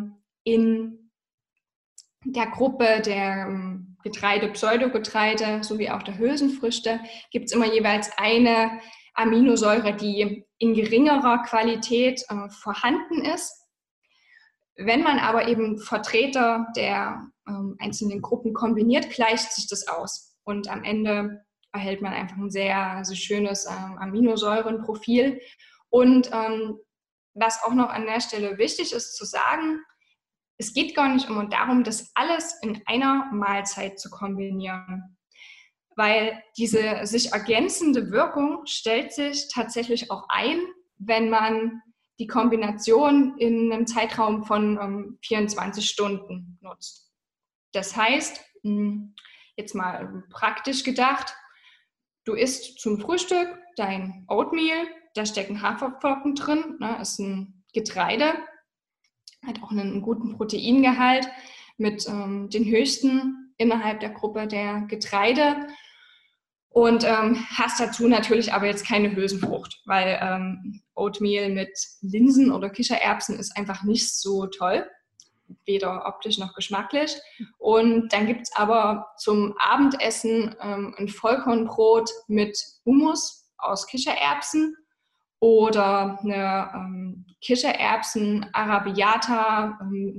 in der Gruppe der Getreide, Pseudogetreide sowie auch der Hülsenfrüchte gibt es immer jeweils eine Aminosäure, die in geringerer Qualität vorhanden ist. Wenn man aber eben Vertreter der einzelnen Gruppen kombiniert, gleicht sich das aus. Und am Ende erhält man einfach ein sehr, sehr schönes Aminosäurenprofil. Und was auch noch an der Stelle wichtig ist zu sagen, es geht gar nicht immer darum, das alles in einer Mahlzeit zu kombinieren, weil diese sich ergänzende Wirkung stellt sich tatsächlich auch ein, wenn man die Kombination in einem Zeitraum von 24 Stunden nutzt. Das heißt, jetzt mal praktisch gedacht, du isst zum Frühstück dein Oatmeal, da stecken Haferflocken drin, ne, ist ein Getreide, hat auch einen guten Proteingehalt mit den höchsten innerhalb der Gruppe der Getreide. Und hast dazu natürlich aber jetzt keine Hülsenfrucht, weil Oatmeal mit Linsen oder Kichererbsen ist einfach nicht so toll, weder optisch noch geschmacklich. Und dann gibt es aber zum Abendessen ein Vollkornbrot mit Hummus aus Kichererbsen oder eine Kichererbsen, Arabiata,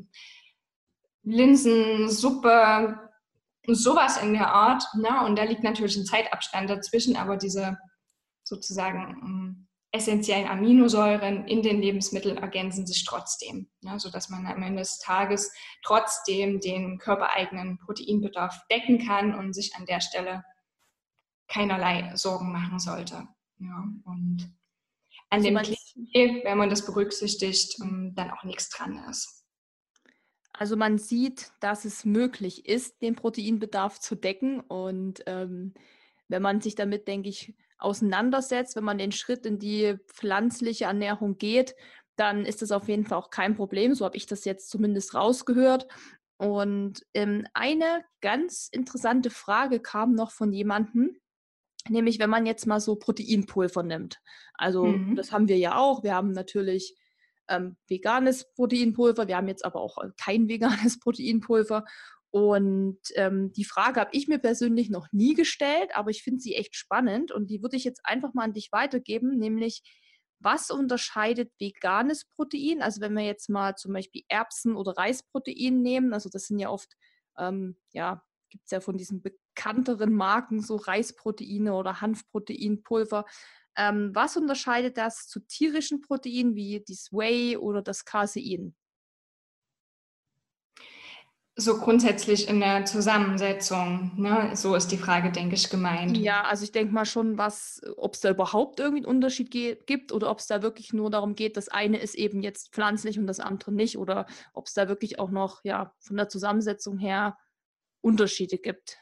Linsensuppe, sowas in der Art. Ne? Und da liegt natürlich ein Zeitabstand dazwischen, aber diese sozusagen essentiellen Aminosäuren in den Lebensmitteln ergänzen sich trotzdem, ne? Sodass man am Ende des Tages trotzdem den körpereigenen Proteinbedarf decken kann und sich an der Stelle keinerlei Sorgen machen sollte. Ja? Und an Also dem man, Klischee, wenn man das berücksichtigt, dann auch nichts dran ist. also man sieht, dass es möglich ist, den Proteinbedarf zu decken. Und wenn man sich damit, denke ich, auseinandersetzt, wenn man den Schritt in die pflanzliche Ernährung geht, dann ist das auf jeden Fall auch kein Problem. So habe ich das jetzt zumindest rausgehört. Und eine ganz interessante Frage kam noch von jemandem, nämlich wenn man jetzt mal so Proteinpulver nimmt. Also das haben wir ja auch. Wir haben natürlich veganes Proteinpulver. Wir haben jetzt aber auch kein veganes Proteinpulver. Und die Frage habe ich mir persönlich noch nie gestellt, aber ich finde sie echt spannend und die würde ich jetzt einfach mal an dich weitergeben, nämlich was unterscheidet veganes Protein? Also wenn wir jetzt mal zum Beispiel Erbsen- oder Reisprotein nehmen, also das sind ja oft, ja, gibt es ja von diesen bekannteren Marken so Reisproteine oder Hanfproteinpulver. Was unterscheidet das zu tierischen Proteinen wie das Whey oder das Casein? So grundsätzlich in der Zusammensetzung, ne? So ist die Frage, denke ich, gemeint. Ja, also ich denke mal schon, ob es da überhaupt irgendwie einen Unterschied gibt oder ob es da wirklich nur darum geht, das eine ist eben jetzt pflanzlich und das andere nicht oder ob es da wirklich auch noch ja, von der Zusammensetzung her Unterschiede gibt.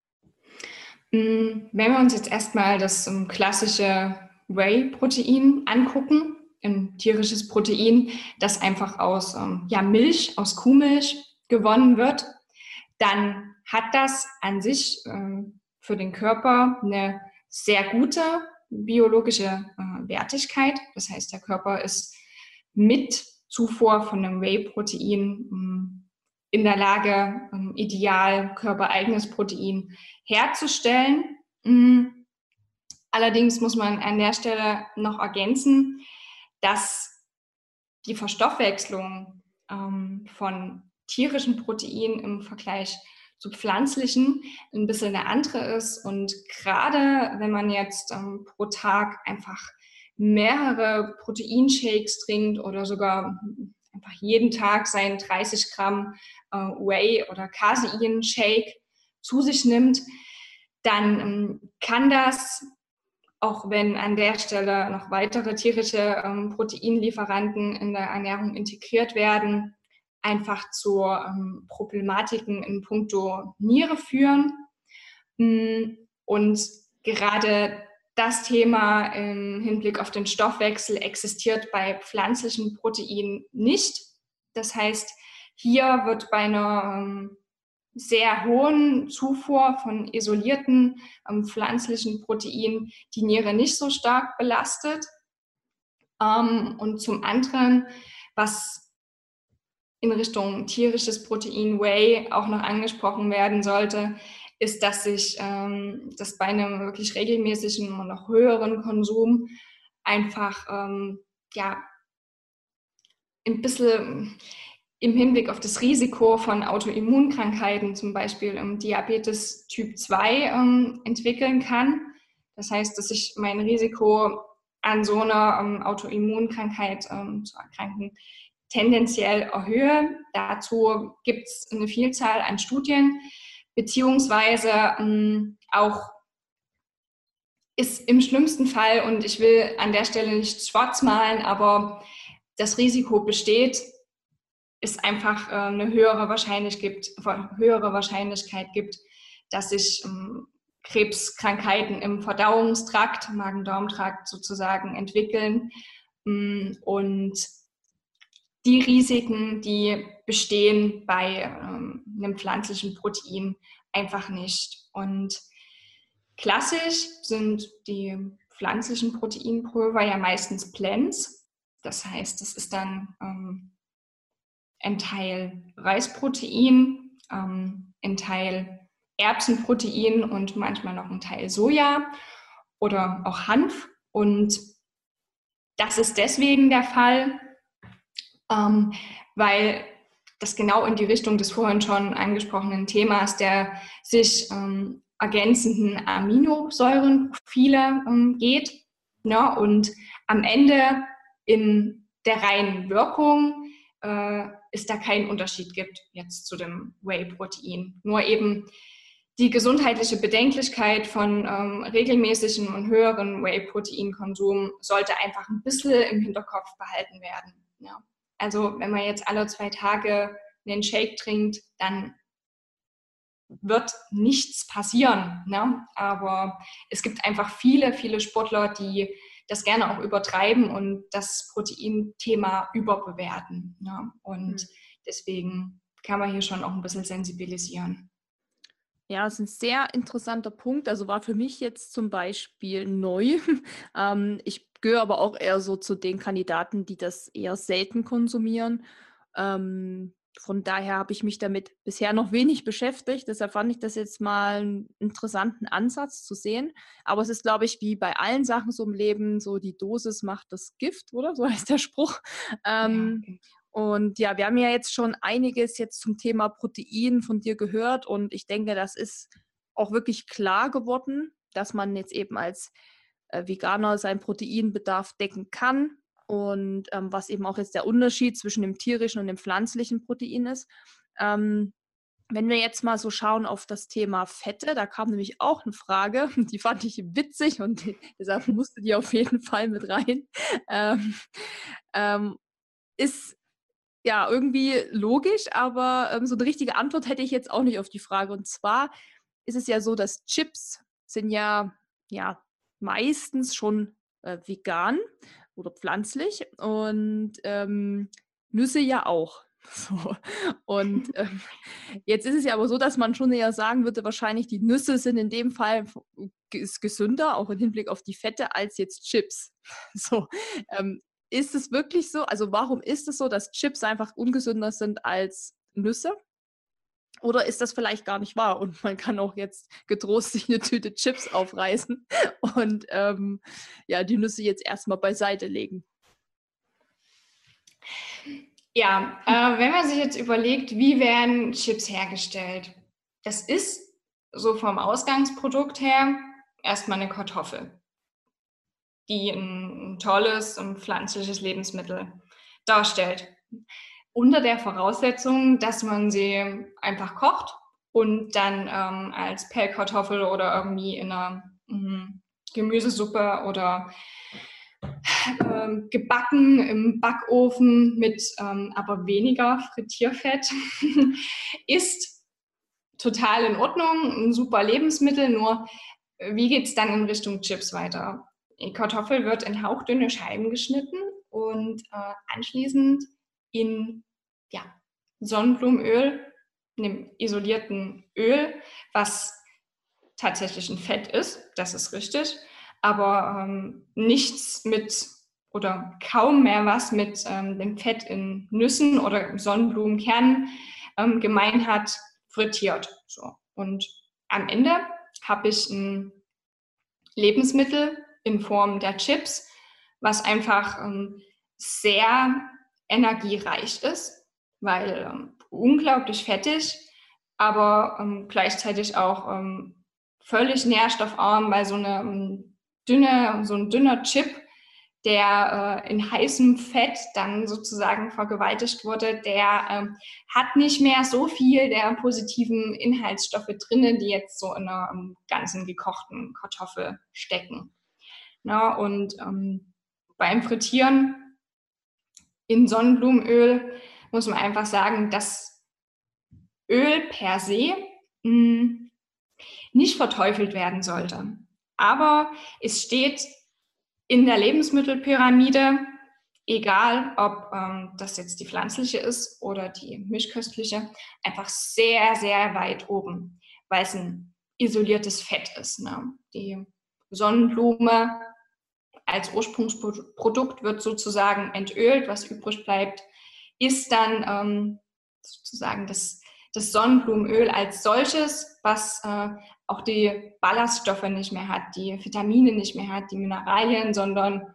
Wenn wir uns jetzt erstmal das klassische Whey-Protein angucken, ein tierisches Protein, das einfach aus Milch, aus Kuhmilch gewonnen wird, dann hat das an sich für den Körper eine sehr gute biologische Wertigkeit. Das heißt, der Körper ist mit Zufuhr von einem Whey-Protein in der Lage, ideal körpereigenes Protein herzustellen. Allerdings muss man an der Stelle noch ergänzen, dass die Verstoffwechslung von tierischen Proteinen im Vergleich zu pflanzlichen ein bisschen eine andere ist. Und gerade wenn man jetzt pro Tag einfach mehrere Proteinshakes trinkt oder sogar einfach jeden Tag seinen 30 Gramm Whey oder Casein-Shake zu sich nimmt, dann kann das, auch wenn an der Stelle noch weitere tierische Proteinlieferanten in der Ernährung integriert werden, einfach zu Problematiken in puncto Niere führen. Und gerade das Thema im Hinblick auf den Stoffwechsel existiert bei pflanzlichen Proteinen nicht. Das heißt, hier wird bei einer sehr hohen Zufuhr von isolierten pflanzlichen Proteinen die Niere nicht so stark belastet. Und zum anderen, was in Richtung tierisches Protein Whey auch noch angesprochen werden sollte, ist, dass sich das bei einem wirklich regelmäßigen und noch höheren Konsum einfach ein bisschen im Hinblick auf das Risiko von Autoimmunkrankheiten, zum Beispiel Diabetes Typ 2, entwickeln kann. Das heißt, dass ich mein Risiko an so einer Autoimmunkrankheit zu erkranken tendenziell erhöhe. Dazu gibt es eine Vielzahl an Studien, beziehungsweise auch ist im schlimmsten Fall, und ich will an der Stelle nicht schwarz malen, aber das Risiko besteht, es einfach eine höhere Wahrscheinlichkeit gibt, dass sich Krebskrankheiten im Verdauungstrakt, Magen-Darm-Trakt sozusagen entwickeln. Und die Risiken, die bestehen bei einem pflanzlichen Protein einfach nicht. Und Klassisch sind die pflanzlichen Proteinpulver ja meistens Blends. Das heißt, es ist dann ein Teil Reisprotein, ein Teil Erbsenprotein und manchmal noch ein Teil Soja oder auch Hanf. Und das ist deswegen der Fall, weil das genau in die Richtung des vorhin schon angesprochenen Themas der sich ergänzenden Aminosäurenprofile geht. Ja, und am Ende in der reinen Wirkung es da keinen Unterschied gibt jetzt zu dem Whey-Protein. Nur eben die gesundheitliche Bedenklichkeit von regelmäßigem und höheren Whey-Protein-Konsum sollte einfach ein bisschen im Hinterkopf behalten werden. Ja. Also wenn man jetzt alle 2 Tage einen Shake trinkt, dann wird nichts passieren. Ne? Aber es gibt einfach viele, viele Sportler, die das gerne auch übertreiben und das Proteinthema überbewerten. Ne? Und deswegen kann man hier schon auch ein bisschen sensibilisieren. Ja, das ist ein sehr interessanter Punkt. Also war für mich jetzt zum Beispiel neu. Ich gehöre aber auch eher so zu den Kandidaten, die das eher selten konsumieren. Von daher habe ich mich damit bisher noch wenig beschäftigt. Deshalb fand ich das jetzt mal einen interessanten Ansatz zu sehen. Aber es ist, glaube ich, wie bei allen Sachen so im Leben, so die Dosis macht das Gift, oder? So heißt der Spruch. Und ja, wir haben ja jetzt schon einiges jetzt zum Thema Protein von dir gehört und ich denke, das ist auch wirklich klar geworden, dass man jetzt eben als Veganer seinen Proteinbedarf decken kann und was eben auch jetzt der Unterschied zwischen dem tierischen und dem pflanzlichen Protein ist. Wenn wir jetzt mal so schauen auf das Thema Fette, da kam nämlich auch eine Frage, die fand ich witzig und deshalb musste die auf jeden Fall mit rein. Ist ja irgendwie logisch, aber so eine richtige Antwort hätte ich jetzt auch nicht auf die Frage. Und zwar ist es ja so, dass Chips sind ja meistens schon vegan oder pflanzlich und Nüsse ja auch. So. Und jetzt ist es ja aber so, dass man schon eher sagen würde, wahrscheinlich die Nüsse sind in dem Fall ist gesünder, auch im Hinblick auf die Fette, als jetzt Chips. So, ist es wirklich so? Also warum ist es so, dass Chips einfach ungesünder sind als Nüsse? Oder ist das vielleicht gar nicht wahr? Und man kann auch jetzt getrost sich eine Tüte Chips aufreißen und die Nüsse jetzt erstmal beiseite legen. Ja, wenn man sich jetzt überlegt, wie werden Chips hergestellt? Das ist so vom Ausgangsprodukt her erstmal eine Kartoffel, die ein tolles und pflanzliches Lebensmittel darstellt. Unter der Voraussetzung, dass man sie einfach kocht und dann als Pellkartoffel oder irgendwie in einer Gemüsesuppe oder gebacken im Backofen mit aber weniger Frittierfett ist total in Ordnung, ein super Lebensmittel, nur wie geht es dann in Richtung Chips weiter? Die Kartoffel wird in hauchdünne Scheiben geschnitten und anschließend in Sonnenblumenöl, einem isolierten Öl, was tatsächlich ein Fett ist, das ist richtig, aber nichts mit oder kaum mehr was mit dem Fett in Nüssen oder Sonnenblumenkernen gemein hat, frittiert. So. Und am Ende habe ich ein Lebensmittel in Form der Chips, was einfach sehr energiereich ist, weil unglaublich fettig, aber gleichzeitig auch völlig nährstoffarm, weil so ein dünner Chip, der in heißem Fett dann sozusagen vergewaltigt wurde, der hat nicht mehr so viel der positiven Inhaltsstoffe drinnen, die jetzt so in einer ganzen gekochten Kartoffel stecken. Na, und beim Frittieren in Sonnenblumenöl muss man einfach sagen, dass Öl per se nicht verteufelt werden sollte. Aber es steht in der Lebensmittelpyramide, egal ob das jetzt die pflanzliche ist oder die mischköstliche, einfach sehr, sehr weit oben, weil es ein isoliertes Fett ist. Ne? Die Sonnenblume als Ursprungsprodukt wird sozusagen entölt, was übrig bleibt, ist dann sozusagen das Sonnenblumenöl als solches, was auch die Ballaststoffe nicht mehr hat, die Vitamine nicht mehr hat, die Mineralien, sondern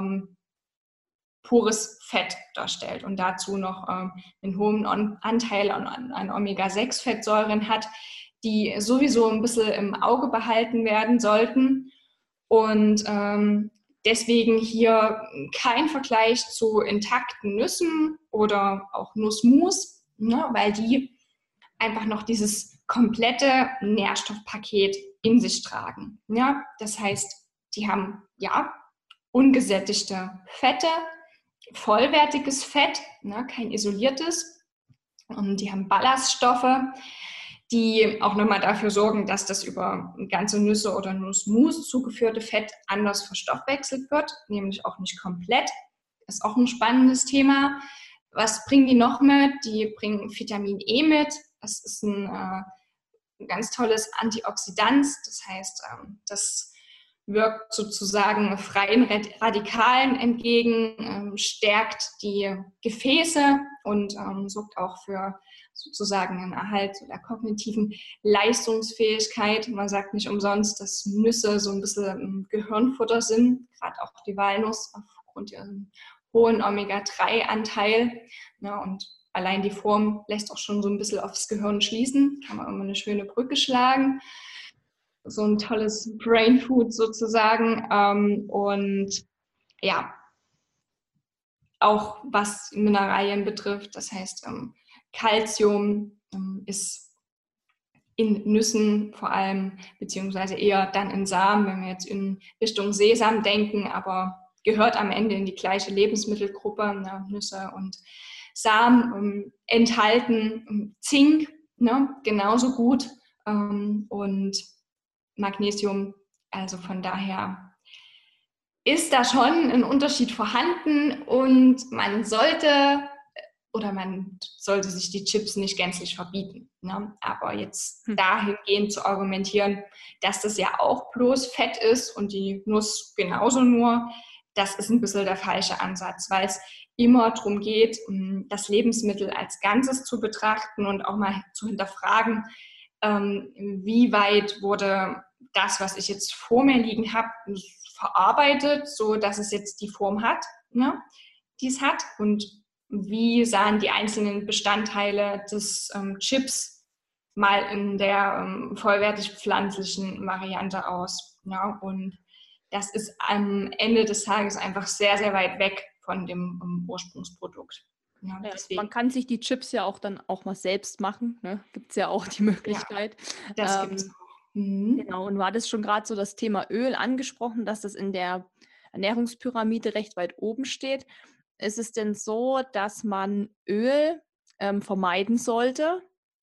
pures Fett darstellt und dazu noch einen hohen Anteil an Omega-6-Fettsäuren hat, die sowieso ein bisschen im Auge behalten werden sollten. Und deswegen hier kein Vergleich zu intakten Nüssen oder auch Nussmus, ne, weil die einfach noch dieses komplette Nährstoffpaket in sich tragen. Ja? Das heißt, die haben ja ungesättigte Fette, vollwertiges Fett, ne, kein isoliertes. Und die haben Ballaststoffe, die auch nochmal dafür sorgen, dass das über ganze Nüsse oder Nussmus zugeführte Fett anders verstoffwechselt wird, nämlich auch nicht komplett. Das ist auch ein spannendes Thema. Was bringen die noch mit? Die bringen Vitamin E mit. Das ist ein ganz tolles Antioxidant. Das heißt, das wirkt sozusagen freien Radikalen entgegen, stärkt die Gefäße und sorgt auch für sozusagen einen Erhalt der kognitiven Leistungsfähigkeit. Man sagt nicht umsonst, dass Nüsse so ein bisschen Gehirnfutter sind, gerade auch die Walnuss aufgrund ihrem hohen Omega-3-Anteil. Ja, und allein die Form lässt auch schon so ein bisschen aufs Gehirn schließen. Kann man immer eine schöne Brücke schlagen. So ein tolles Brain Food sozusagen. Und ja, auch was Mineralien betrifft, das heißt Calcium ist in Nüssen vor allem, beziehungsweise eher dann in Samen, wenn wir jetzt in Richtung Sesam denken, aber gehört am Ende in die gleiche Lebensmittelgruppe, ne, Nüsse und Samen enthalten Zink, ne, genauso gut und Magnesium, also von daher ist da schon ein Unterschied vorhanden und man sollte sich die Chips nicht gänzlich verbieten. Ne? Aber jetzt dahingehend zu argumentieren, dass das ja auch bloß Fett ist und die Nuss genauso nur, das ist ein bisschen der falsche Ansatz, weil es immer darum geht, das Lebensmittel als Ganzes zu betrachten und auch mal zu hinterfragen, wie weit wurde das, was ich jetzt vor mir liegen habe, verarbeitet, so dass es jetzt die Form hat, ne, die es hat, und wie sahen die einzelnen Bestandteile des Chips mal in der vollwertig pflanzlichen Variante aus. Ja? Und das ist am Ende des Tages einfach sehr, sehr weit weg von dem Ursprungsprodukt. Ja, man kann sich die Chips ja auch dann auch mal selbst machen. Ne? Gibt es ja auch die Möglichkeit. Ja, das gibt es auch. Genau, und du hattest schon gerade so das Thema Öl angesprochen, dass das in der Ernährungspyramide recht weit oben steht. Ist es denn so, dass man Öl vermeiden sollte?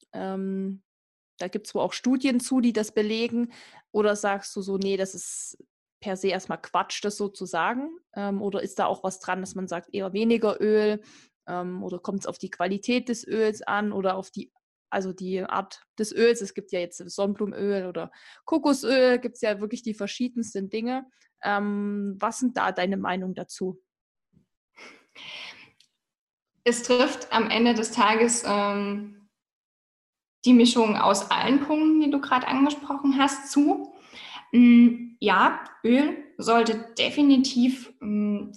Da gibt es wohl auch Studien zu, die das belegen. Oder sagst du so, nee, das ist per se erstmal Quatsch, das so zu sagen? Oder ist da auch was dran, dass man sagt, eher weniger Öl? Oder kommt es auf die Qualität des Öls an oder auf die Art des Öls? Es gibt ja jetzt Sonnenblumenöl oder Kokosöl, gibt es ja wirklich die verschiedensten Dinge. Was sind da deine Meinung dazu? Es trifft am Ende des Tages die Mischung aus allen Punkten, die du gerade angesprochen hast, zu. Ja, Öl sollte definitiv einen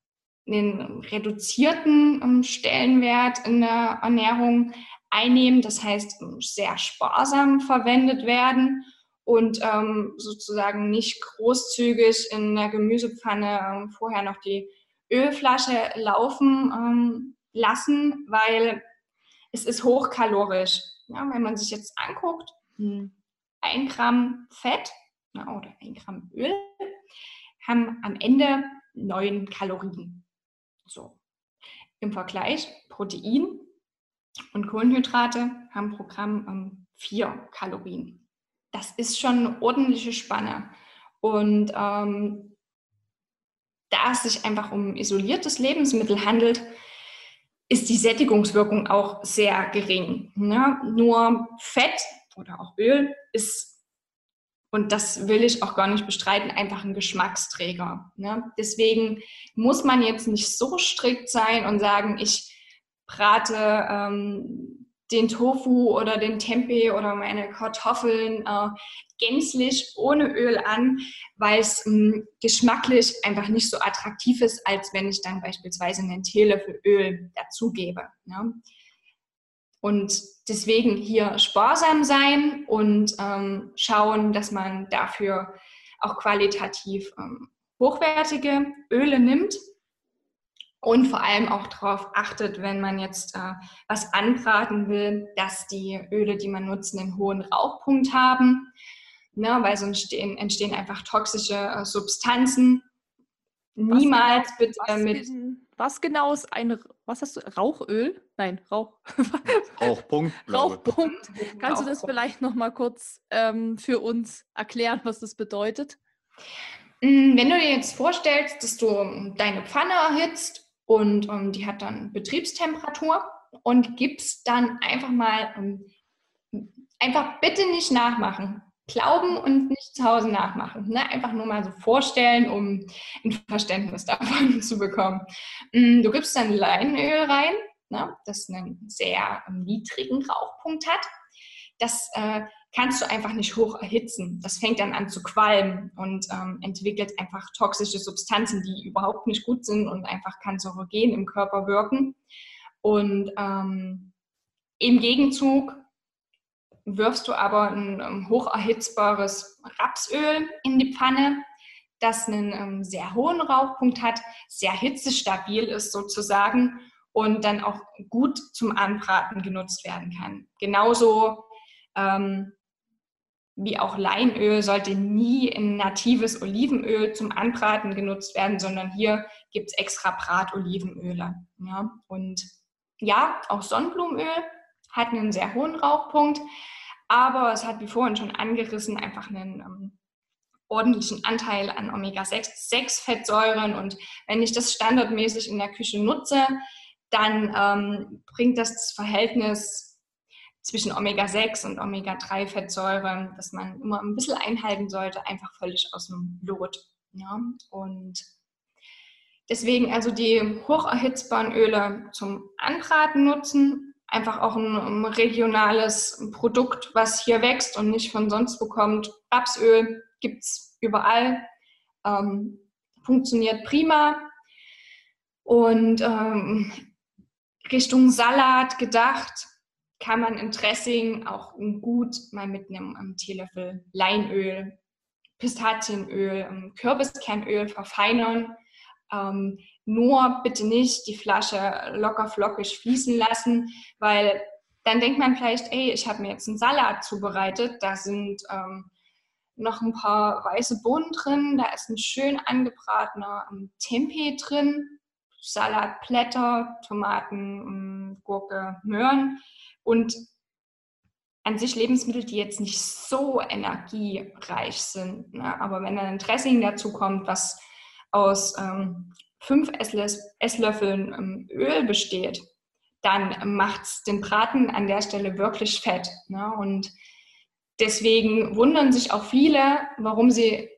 reduzierten Stellenwert in der Ernährung einnehmen. Das heißt, sehr sparsam verwendet werden und sozusagen nicht großzügig in der Gemüsepfanne vorher noch die Ölflasche laufen lassen, weil es ist hochkalorisch. Ja, wenn man sich jetzt anguckt, 1 Gramm Fett oder 1 Gramm Öl haben am Ende 9 Kalorien. So. Im Vergleich Protein und Kohlenhydrate haben pro Gramm 4 Kalorien. Das ist schon eine ordentliche Spanne. Und da es sich einfach um ein isoliertes Lebensmittel handelt, ist die Sättigungswirkung auch sehr gering. Ne? Nur Fett oder auch Öl ist Und das will ich auch gar nicht bestreiten, einfach ein Geschmacksträger. Ne? Deswegen muss man jetzt nicht so strikt sein und sagen, ich brate den Tofu oder den Tempeh oder meine Kartoffeln gänzlich ohne Öl an, weil es geschmacklich einfach nicht so attraktiv ist, als wenn ich dann beispielsweise einen Teelöffel Öl dazugebe. Ne? Und deswegen hier sparsam sein und schauen, dass man dafür auch qualitativ hochwertige Öle nimmt und vor allem auch darauf achtet, wenn man jetzt was anbraten will, dass die Öle, die man nutzt, einen hohen Rauchpunkt haben, ne, weil sonst entstehen einfach toxische Substanzen. Niemals bitte mit... Was genau ist was hast du, Rauchöl? Nein, Rauchpunkt. Rauchpunkt. Kannst du das vielleicht noch mal kurz für uns erklären, was das bedeutet? Wenn du dir jetzt vorstellst, dass du deine Pfanne erhitzt und die hat dann Betriebstemperatur und gibst dann einfach mal, einfach bitte nicht nachmachen. Glauben und nicht zu Hause nachmachen. Ne? Einfach nur mal so vorstellen, um ein Verständnis davon zu bekommen. Du gibst dann Leinöl rein, ne? Das einen sehr niedrigen Rauchpunkt hat. Das kannst du einfach nicht hoch erhitzen. Das fängt dann an zu qualmen und entwickelt einfach toxische Substanzen, die überhaupt nicht gut sind und einfach kanzerogen im Körper wirken. Und im Gegenzug wirfst du aber ein hoch erhitzbares Rapsöl in die Pfanne, das einen sehr hohen Rauchpunkt hat, sehr hitzestabil ist sozusagen und dann auch gut zum Anbraten genutzt werden kann. Genauso wie auch Leinöl sollte nie in natives Olivenöl zum Anbraten genutzt werden, sondern hier gibt es extra Bratolivenöle. Ja? Und ja, auch Sonnenblumenöl hat einen sehr hohen Rauchpunkt, aber es hat, wie vorhin schon angerissen, einfach einen ordentlichen Anteil an Omega-6-Fettsäuren. Und wenn ich das standardmäßig in der Küche nutze, dann bringt das Verhältnis zwischen Omega-6 und Omega-3-Fettsäuren, das man immer ein bisschen einhalten sollte, einfach völlig aus dem Lot. Ja? Und deswegen also die hocherhitzbaren Öle zum Anbraten nutzen, einfach auch ein regionales Produkt, was hier wächst und nicht von sonst bekommt. Rapsöl gibt es überall, funktioniert prima. Und Richtung Salat gedacht, kann man im Dressing auch gut mal mit einem Teelöffel Leinöl, Pistazienöl, Kürbiskernöl verfeinern. Nur bitte nicht die Flasche locker flockig fließen lassen, weil dann denkt man vielleicht, ey, ich habe mir jetzt einen Salat zubereitet, da sind noch ein paar weiße Bohnen drin, da ist ein schön angebratener Tempeh drin, Salatblätter, Tomaten, Gurke, Möhren und an sich Lebensmittel, die jetzt nicht so energiereich sind. Ne? Aber wenn dann ein Dressing dazu kommt, was aus 5 Esslöffeln Öl besteht, dann macht es den Braten an der Stelle wirklich fett. Ne? Und deswegen wundern sich auch viele, warum sie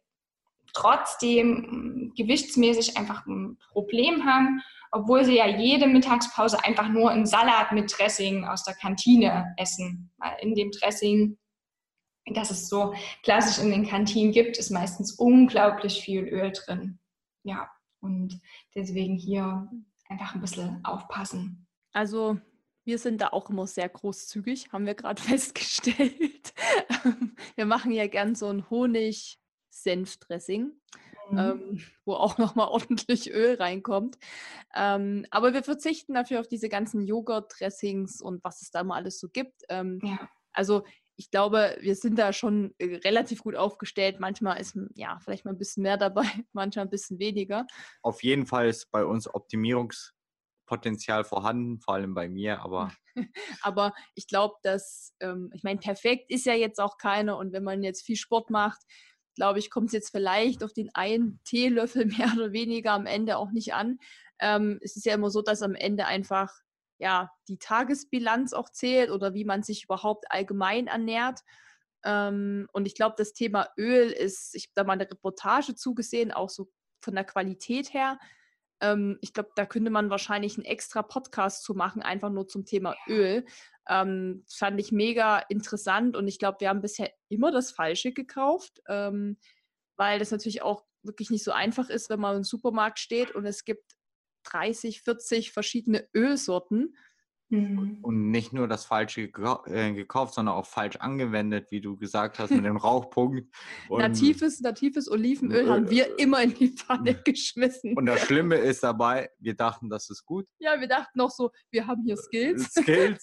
trotzdem gewichtsmäßig einfach ein Problem haben, obwohl sie ja jede Mittagspause einfach nur einen Salat mit Dressing aus der Kantine essen. Weil in dem Dressing, das es so klassisch in den Kantinen gibt, ist meistens unglaublich viel Öl drin. Ja, und deswegen hier einfach ein bisschen aufpassen. Also wir sind da auch immer sehr großzügig, haben wir gerade festgestellt. Wir machen ja gern so ein Honig-Senf-Dressing, wo auch nochmal ordentlich Öl reinkommt. Aber wir verzichten dafür auf diese ganzen Joghurt-Dressings und was es da mal alles so gibt. Ja. Also ich glaube, wir sind da schon relativ gut aufgestellt. Manchmal ist ja vielleicht mal ein bisschen mehr dabei, manchmal ein bisschen weniger. Auf jeden Fall ist bei uns Optimierungspotenzial vorhanden, vor allem bei mir, aber aber ich glaube, dass, ich meine, perfekt ist ja jetzt auch keine und wenn man jetzt viel Sport macht, glaube ich, kommt es jetzt vielleicht auf den einen Teelöffel mehr oder weniger am Ende auch nicht an. Es ist ja immer so, dass am Ende einfach ja die Tagesbilanz auch zählt oder wie man sich überhaupt allgemein ernährt. Und ich glaube, das Thema Öl ist, ich habe da mal eine Reportage zugesehen, auch so von der Qualität her. Ich glaube, da könnte man wahrscheinlich einen extra Podcast zu machen, einfach nur zum Thema Öl. Fand ich mega interessant und ich glaube, wir haben bisher immer das Falsche gekauft, weil das natürlich auch wirklich nicht so einfach ist, wenn man im Supermarkt steht und es gibt 30, 40 verschiedene Ölsorten. Und nicht nur das Falsche gekauft, sondern auch falsch angewendet, wie du gesagt hast, mit dem Rauchpunkt. Natives Olivenöl haben wir immer in die Pfanne geschmissen. Und das Schlimme ist dabei, wir dachten, das ist gut. Ja, wir dachten noch so, wir haben hier Skills.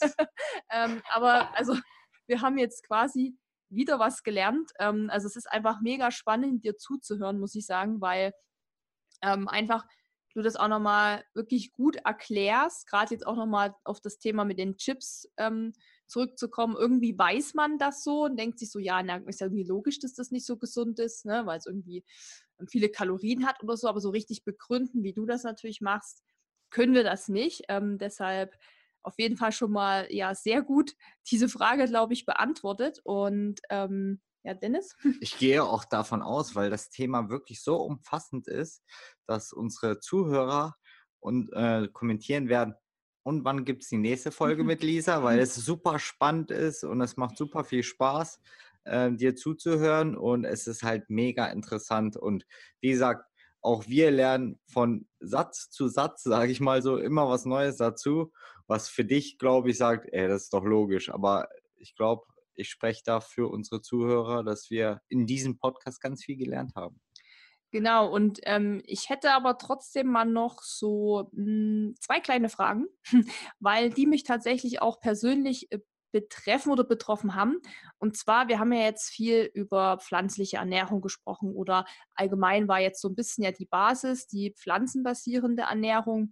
Aber also, wir haben jetzt quasi wieder was gelernt. Also es ist einfach mega spannend, dir zuzuhören, muss ich sagen, weil einfach du das auch nochmal wirklich gut erklärst, gerade jetzt auch nochmal auf das Thema mit den Chips zurückzukommen. Irgendwie weiß man das so und denkt sich so, ja, na, ist ja irgendwie logisch, dass das nicht so gesund ist, ne, weil es irgendwie viele Kalorien hat oder so, aber so richtig begründen, wie du das natürlich machst, können wir das nicht. Deshalb auf jeden Fall schon mal ja sehr gut diese Frage, glaube ich, beantwortet. Und ja, Dennis? Ich gehe auch davon aus, weil das Thema wirklich so umfassend ist, dass unsere Zuhörer kommentieren werden, und wann gibt es die nächste Folge mit Lisa, weil es super spannend ist und es macht super viel Spaß, dir zuzuhören und es ist halt mega interessant. Und wie gesagt, auch wir lernen von Satz zu Satz, sage ich mal so, immer was Neues dazu, was für dich, glaube ich, sagt, ey, das ist doch logisch. Aber ich glaube, ich spreche da für unsere Zuhörer, dass wir in diesem Podcast ganz viel gelernt haben. Genau, und ich hätte aber trotzdem mal noch so 2 kleine Fragen, weil die mich tatsächlich auch persönlich betreffen oder betroffen haben. Und zwar, wir haben ja jetzt viel über pflanzliche Ernährung gesprochen oder allgemein war jetzt so ein bisschen ja die Basis, die pflanzenbasierende Ernährung.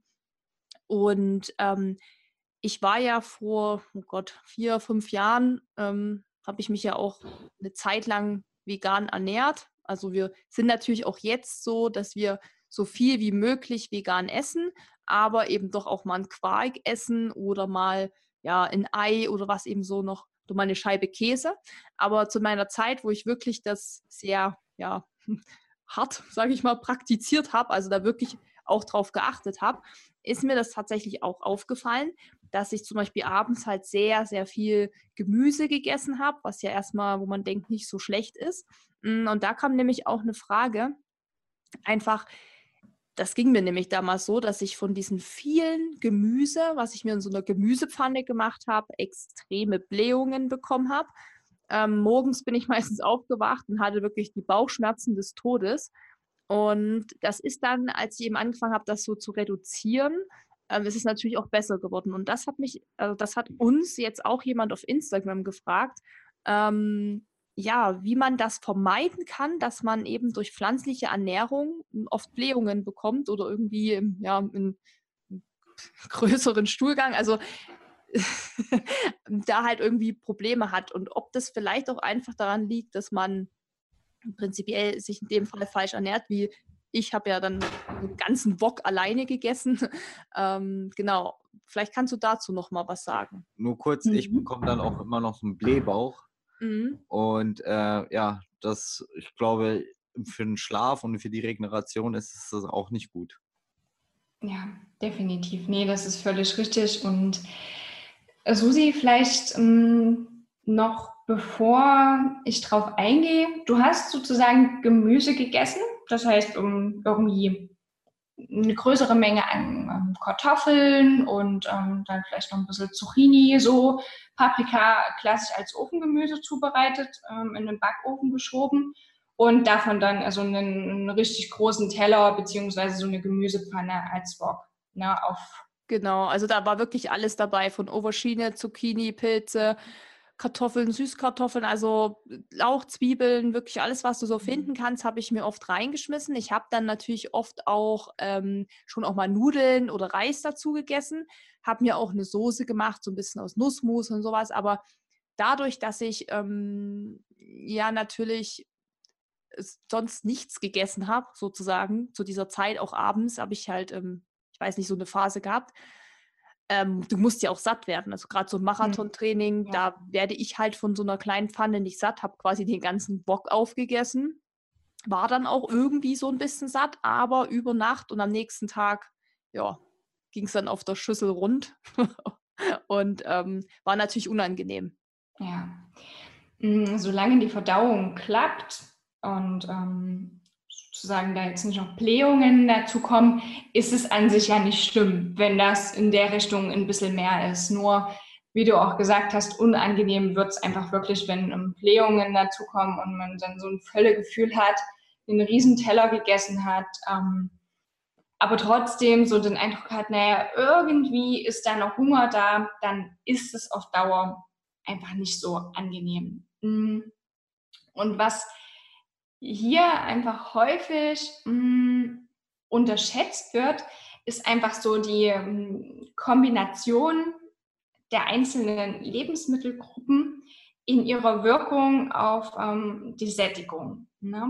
Und ich war ja vor, oh Gott, 4, 5 Jahren, habe ich mich ja auch eine Zeit lang vegan ernährt. Also wir sind natürlich auch jetzt so, dass wir so viel wie möglich vegan essen, aber eben doch auch mal einen Quark essen oder mal ja ein Ei oder was eben so noch, oder mal eine Scheibe Käse. Aber zu meiner Zeit, wo ich wirklich das sehr ja hart, sage ich mal, praktiziert habe, also da wirklich auch drauf geachtet habe, ist mir das tatsächlich auch aufgefallen, dass ich zum Beispiel abends halt sehr, sehr viel Gemüse gegessen habe, was ja erstmal, wo man denkt, nicht so schlecht ist. Und da kam nämlich auch eine Frage, einfach, das ging mir nämlich damals so, dass ich von diesen vielen Gemüse, was ich mir in so einer Gemüsepfanne gemacht habe, extreme Blähungen bekommen habe. Morgens bin ich meistens aufgewacht und hatte wirklich die Bauchschmerzen des Todes. Und das ist dann, als ich eben angefangen habe, das so zu reduzieren, ist es natürlich auch besser geworden. Und das hat mich, also das hat uns jetzt auch jemand auf Instagram gefragt, ja, wie man das vermeiden kann, dass man eben durch pflanzliche Ernährung oft Blähungen bekommt oder irgendwie ja, einen größeren Stuhlgang. Also da halt irgendwie Probleme hat und ob das vielleicht auch einfach daran liegt, dass man prinzipiell sich in dem Fall falsch ernährt, wie ich habe ja dann einen ganzen Wok alleine gegessen. Genau, vielleicht kannst du dazu noch mal was sagen. Nur kurz, ich bekomme dann auch immer noch so einen Blähbauch. Und ja, ich glaube, für den Schlaf und für die Regeneration ist es auch nicht gut. Ja, definitiv. Nee, das ist völlig richtig. Und Susi, vielleicht noch bevor ich drauf eingehe, du hast sozusagen Gemüse gegessen, das heißt irgendwie eine größere Menge an Kartoffeln und dann vielleicht noch ein bisschen Zucchini, so Paprika klassisch als Ofengemüse zubereitet, in den Backofen geschoben und davon dann also einen richtig großen Teller beziehungsweise so eine Gemüsepfanne als Wok, ne, Genau, also da war wirklich alles dabei, von Aubergine, Zucchini, Pilze, Kartoffeln, Süßkartoffeln, also Lauch, Zwiebeln, wirklich alles, was du so finden kannst, habe ich mir oft reingeschmissen. Ich habe dann natürlich oft auch schon auch mal Nudeln oder Reis dazu gegessen, habe mir auch eine Soße gemacht, so ein bisschen aus Nussmus und sowas, aber dadurch, dass ich ja natürlich sonst nichts gegessen habe, sozusagen, zu dieser Zeit auch abends, habe ich halt, ich weiß nicht, so eine Phase gehabt, du musst ja auch satt werden. Also gerade so ein Marathontraining, Ja. da werde ich halt von so einer kleinen Pfanne nicht satt, habe quasi den ganzen Bock aufgegessen. War dann auch irgendwie so ein bisschen satt, aber über Nacht und am nächsten Tag, ja, ging es dann auf der Schüssel rund und war natürlich unangenehm. Ja. Solange die Verdauung klappt und sozusagen da jetzt nicht noch Blähungen dazu kommen, ist es an sich ja nicht schlimm, wenn das in der Richtung ein bisschen mehr ist. Nur, wie du auch gesagt hast, unangenehm wird es einfach wirklich, wenn Blähungen dazu kommen und man dann so ein Völlegefühl hat, einen riesen Teller gegessen hat, aber trotzdem so den Eindruck hat, naja, irgendwie ist da noch Hunger da, dann ist es auf Dauer einfach nicht so angenehm. Und was hier einfach häufig unterschätzt wird, ist einfach so die Kombination der einzelnen Lebensmittelgruppen in ihrer Wirkung auf die Sättigung. Ne?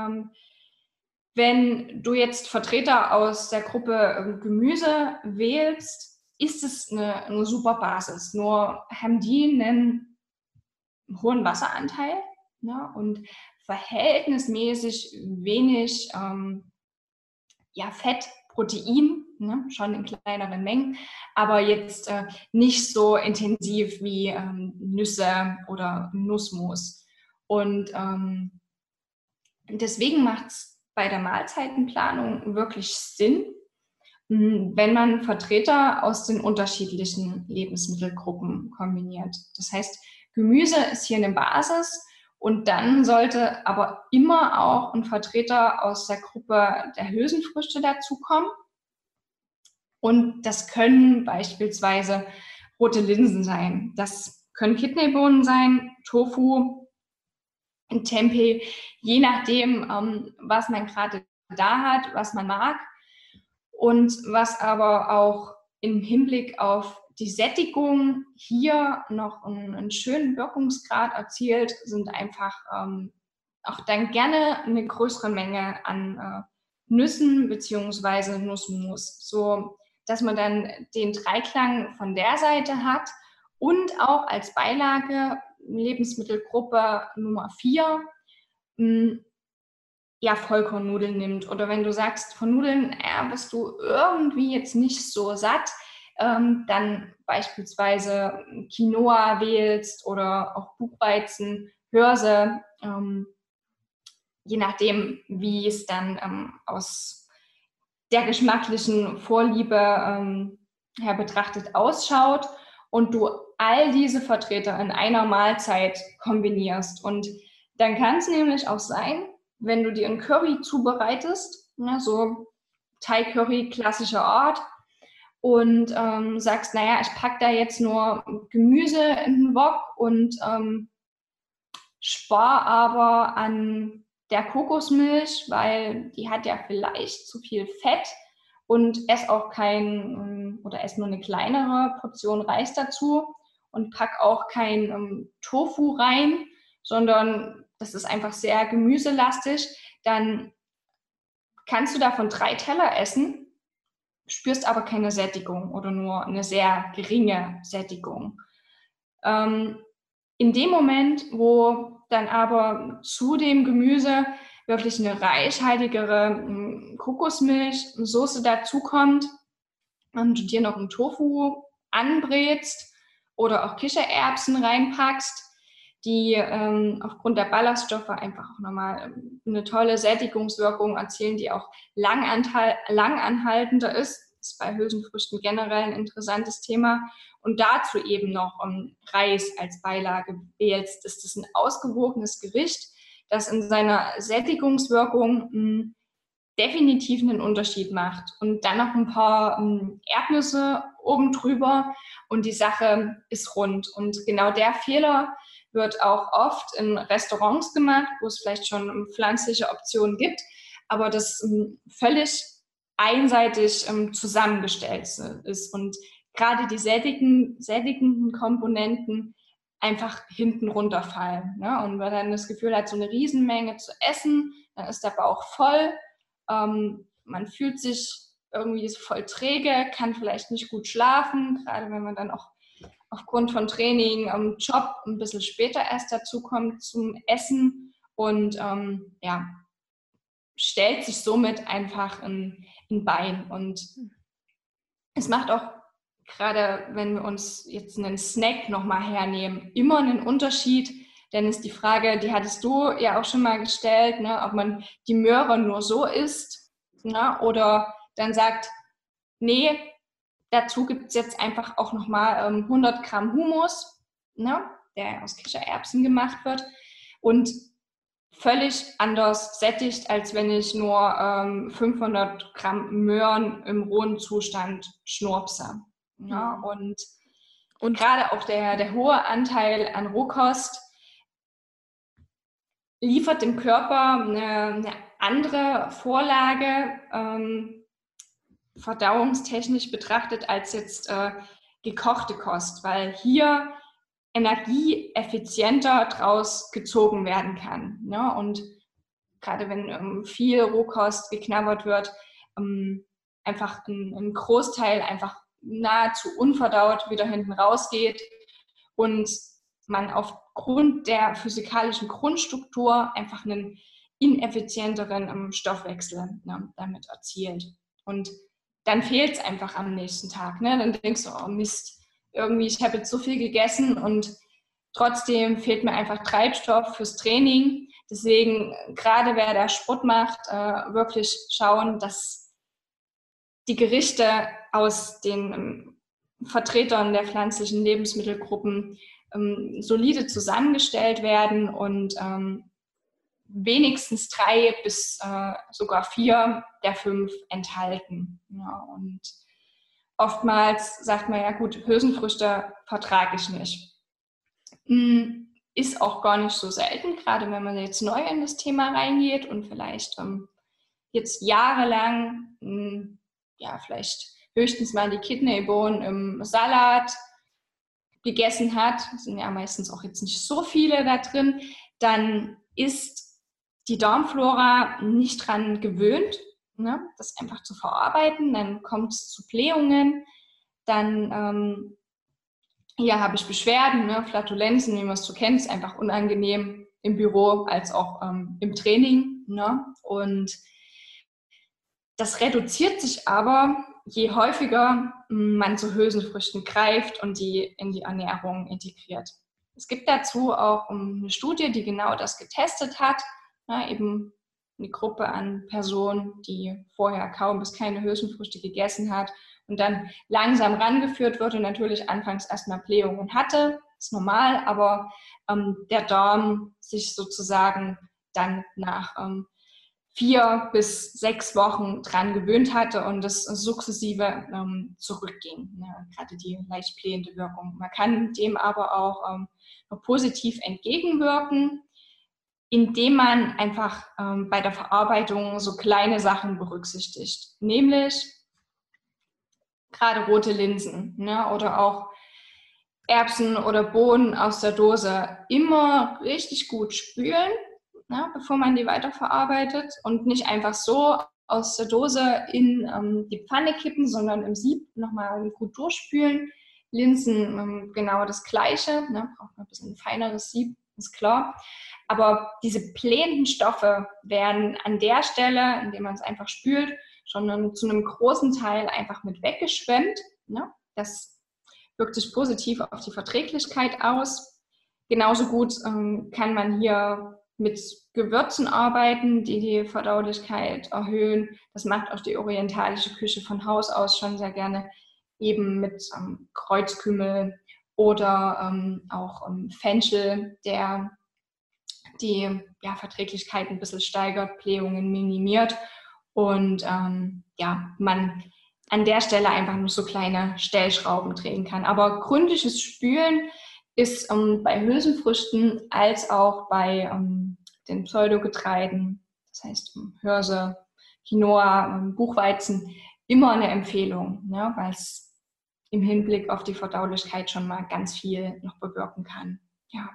Wenn du jetzt Vertreter aus der Gruppe Gemüse wählst, ist es eine super Basis. Nur haben die einen hohen Wasseranteil, ne, und verhältnismäßig wenig Fett, Protein, ne, schon in kleineren Mengen, aber jetzt nicht so intensiv wie Nüsse oder Nussmus. Und deswegen macht es bei der Mahlzeitenplanung wirklich Sinn, wenn man Vertreter aus den unterschiedlichen Lebensmittelgruppen kombiniert. Das heißt, Gemüse ist hier eine Basis und dann sollte aber immer auch ein Vertreter aus der Gruppe der Hülsenfrüchte dazukommen. Und das können beispielsweise rote Linsen sein. Das können Kidneybohnen sein, Tofu, Tempeh, je nachdem, was man gerade da hat, was man mag. Und was aber auch im Hinblick auf die Sättigung hier noch einen schönen Wirkungsgrad erzielt, sind einfach auch dann gerne eine größere Menge an Nüssen bzw. Nussmus, so dass man dann den Dreiklang von der Seite hat und auch als Beilage Lebensmittelgruppe Nummer 4 Vollkornnudeln nimmt. Oder wenn du sagst, von Nudeln bist du irgendwie jetzt nicht so satt, dann beispielsweise Quinoa wählst oder auch Buchweizen, Hirse, je nachdem, wie es dann aus der geschmacklichen Vorliebe her betrachtet ausschaut und du all diese Vertreter in einer Mahlzeit kombinierst. Und dann kann es nämlich auch sein, wenn du dir ein Curry zubereitest, ne, so Thai-Curry klassischer Art, und sagst, naja, ich packe da jetzt nur Gemüse in den Wok und spare aber an der Kokosmilch, weil die hat ja vielleicht zu viel Fett und esse auch esse nur eine kleinere Portion Reis dazu und pack auch kein Tofu rein, sondern das ist einfach sehr gemüselastig, dann kannst du davon 3 Teller essen, spürst aber keine Sättigung oder nur eine sehr geringe Sättigung. In dem Moment, wo dann aber zu dem Gemüse wirklich eine reichhaltigere Kokosmilchsoße dazukommt und du dir noch einen Tofu anbrätst oder auch Kichererbsen reinpackst, die aufgrund der Ballaststoffe einfach auch nochmal eine tolle Sättigungswirkung erzielen, die auch langanhaltender ist. Das ist bei Hülsenfrüchten generell ein interessantes Thema. Und dazu eben noch Reis als Beilage wählst, ist das ein ausgewogenes Gericht, das in seiner Sättigungswirkung definitiv einen Unterschied macht. Und dann noch ein paar Erdnüsse oben drüber und die Sache ist rund. Und genau der Fehler wird auch oft in Restaurants gemacht, wo es vielleicht schon pflanzliche Optionen gibt, aber das völlig einseitig zusammengestellt ist und gerade die sättigenden Komponenten einfach hinten runterfallen. Ne? Und wenn man dann das Gefühl hat, so eine Riesenmenge zu essen, dann ist der Bauch voll. Man fühlt sich irgendwie ist voll träge, kann vielleicht nicht gut schlafen, gerade wenn man dann auch aufgrund von Training am Job ein bisschen später erst dazu kommt zum Essen und stellt sich somit einfach ein Bein. Und es macht auch, gerade wenn wir uns jetzt einen Snack nochmal hernehmen, immer einen Unterschied. Denn ist die Frage, die hattest du ja auch schon mal gestellt, ne, ob man die Möhre nur so isst, ne, oder dann sagt, nee, dazu gibt es jetzt einfach auch nochmal 100 Gramm Hummus, ne, der aus Kichererbsen gemacht wird und völlig anders sättigt, als wenn ich nur 500 Gramm Möhren im rohen Zustand schnurpse. Ja, und gerade auch der hohe Anteil an Rohkost liefert dem Körper eine andere Vorlage, verdauungstechnisch betrachtet, als jetzt gekochte Kost, weil hier Energie effizienter draus gezogen werden kann. Ne? Und gerade wenn viel Rohkost geknabbert wird, einfach ein Großteil einfach nahezu unverdaut wieder hinten rausgeht und man aufgrund der physikalischen Grundstruktur einfach einen ineffizienteren Stoffwechsel damit erzielt. Und dann fehlt es einfach am nächsten Tag. Ne? Dann denkst du, oh Mist, irgendwie, ich habe jetzt so viel gegessen und trotzdem fehlt mir einfach Treibstoff fürs Training. Deswegen, gerade wer da Sport macht, wirklich schauen, dass die Gerichte aus den Vertretern der pflanzlichen Lebensmittelgruppen solide zusammengestellt werden und wenigstens 3 bis sogar 4 der 5 enthalten. Ja, und oftmals sagt man ja, gut, Hülsenfrüchte vertrage ich nicht. Ist auch gar nicht so selten, gerade wenn man jetzt neu in das Thema reingeht und vielleicht jetzt jahrelang vielleicht höchstens mal die Kidneybohnen im Salat gegessen hat, sind ja meistens auch jetzt nicht so viele da drin, dann ist die Darmflora nicht dran gewöhnt, ne, das einfach zu verarbeiten. Dann kommt es zu Blähungen, dann habe ich Beschwerden, ne, Flatulenzen, wie man es so kennt, ist einfach unangenehm im Büro als auch im Training. Ne? Und das reduziert sich aber, je häufiger man zu Hülsenfrüchten greift und die in die Ernährung integriert. Es gibt dazu auch eine Studie, die genau das getestet hat, eben eine Gruppe an Personen, die vorher kaum bis keine Hülsenfrüchte gegessen hat und dann langsam rangeführt wird und natürlich anfangs erstmal Blähungen hatte, ist normal, aber der Darm sich sozusagen dann nach 4 bis 6 Wochen dran gewöhnt hatte und es sukzessive zurückging, ne? Gerade die leicht blähende Wirkung. Man kann dem aber auch noch positiv entgegenwirken, indem man einfach bei der Verarbeitung so kleine Sachen berücksichtigt, nämlich gerade rote Linsen, ne? Oder auch Erbsen oder Bohnen aus der Dose immer richtig gut spülen, ne, bevor man die weiterverarbeitet und nicht einfach so aus der Dose in die Pfanne kippen, sondern im Sieb nochmal gut durchspülen. Linsen genau das Gleiche, ne, braucht man ein bisschen ein feineres Sieb, ist klar. Aber diese blähenden Stoffe werden an der Stelle, indem man es einfach spült, schon zu einem großen Teil einfach mit weggeschwemmt. Ne? Das wirkt sich positiv auf die Verträglichkeit aus. Genauso gut kann man hier mit Gewürzen arbeiten, die die Verdaulichkeit erhöhen. Das macht auch die orientalische Küche von Haus aus schon sehr gerne, eben mit Kreuzkümmel oder auch Fenchel, der die Verträglichkeit ein bisschen steigert, Blähungen minimiert und man an der Stelle einfach nur so kleine Stellschrauben drehen kann. Aber gründliches Spülen ist bei Hülsenfrüchten als auch bei den Pseudogetreiden, das heißt Hirse, Quinoa, Buchweizen, immer eine Empfehlung, ne, weil es im Hinblick auf die Verdaulichkeit schon mal ganz viel noch bewirken kann. Ja.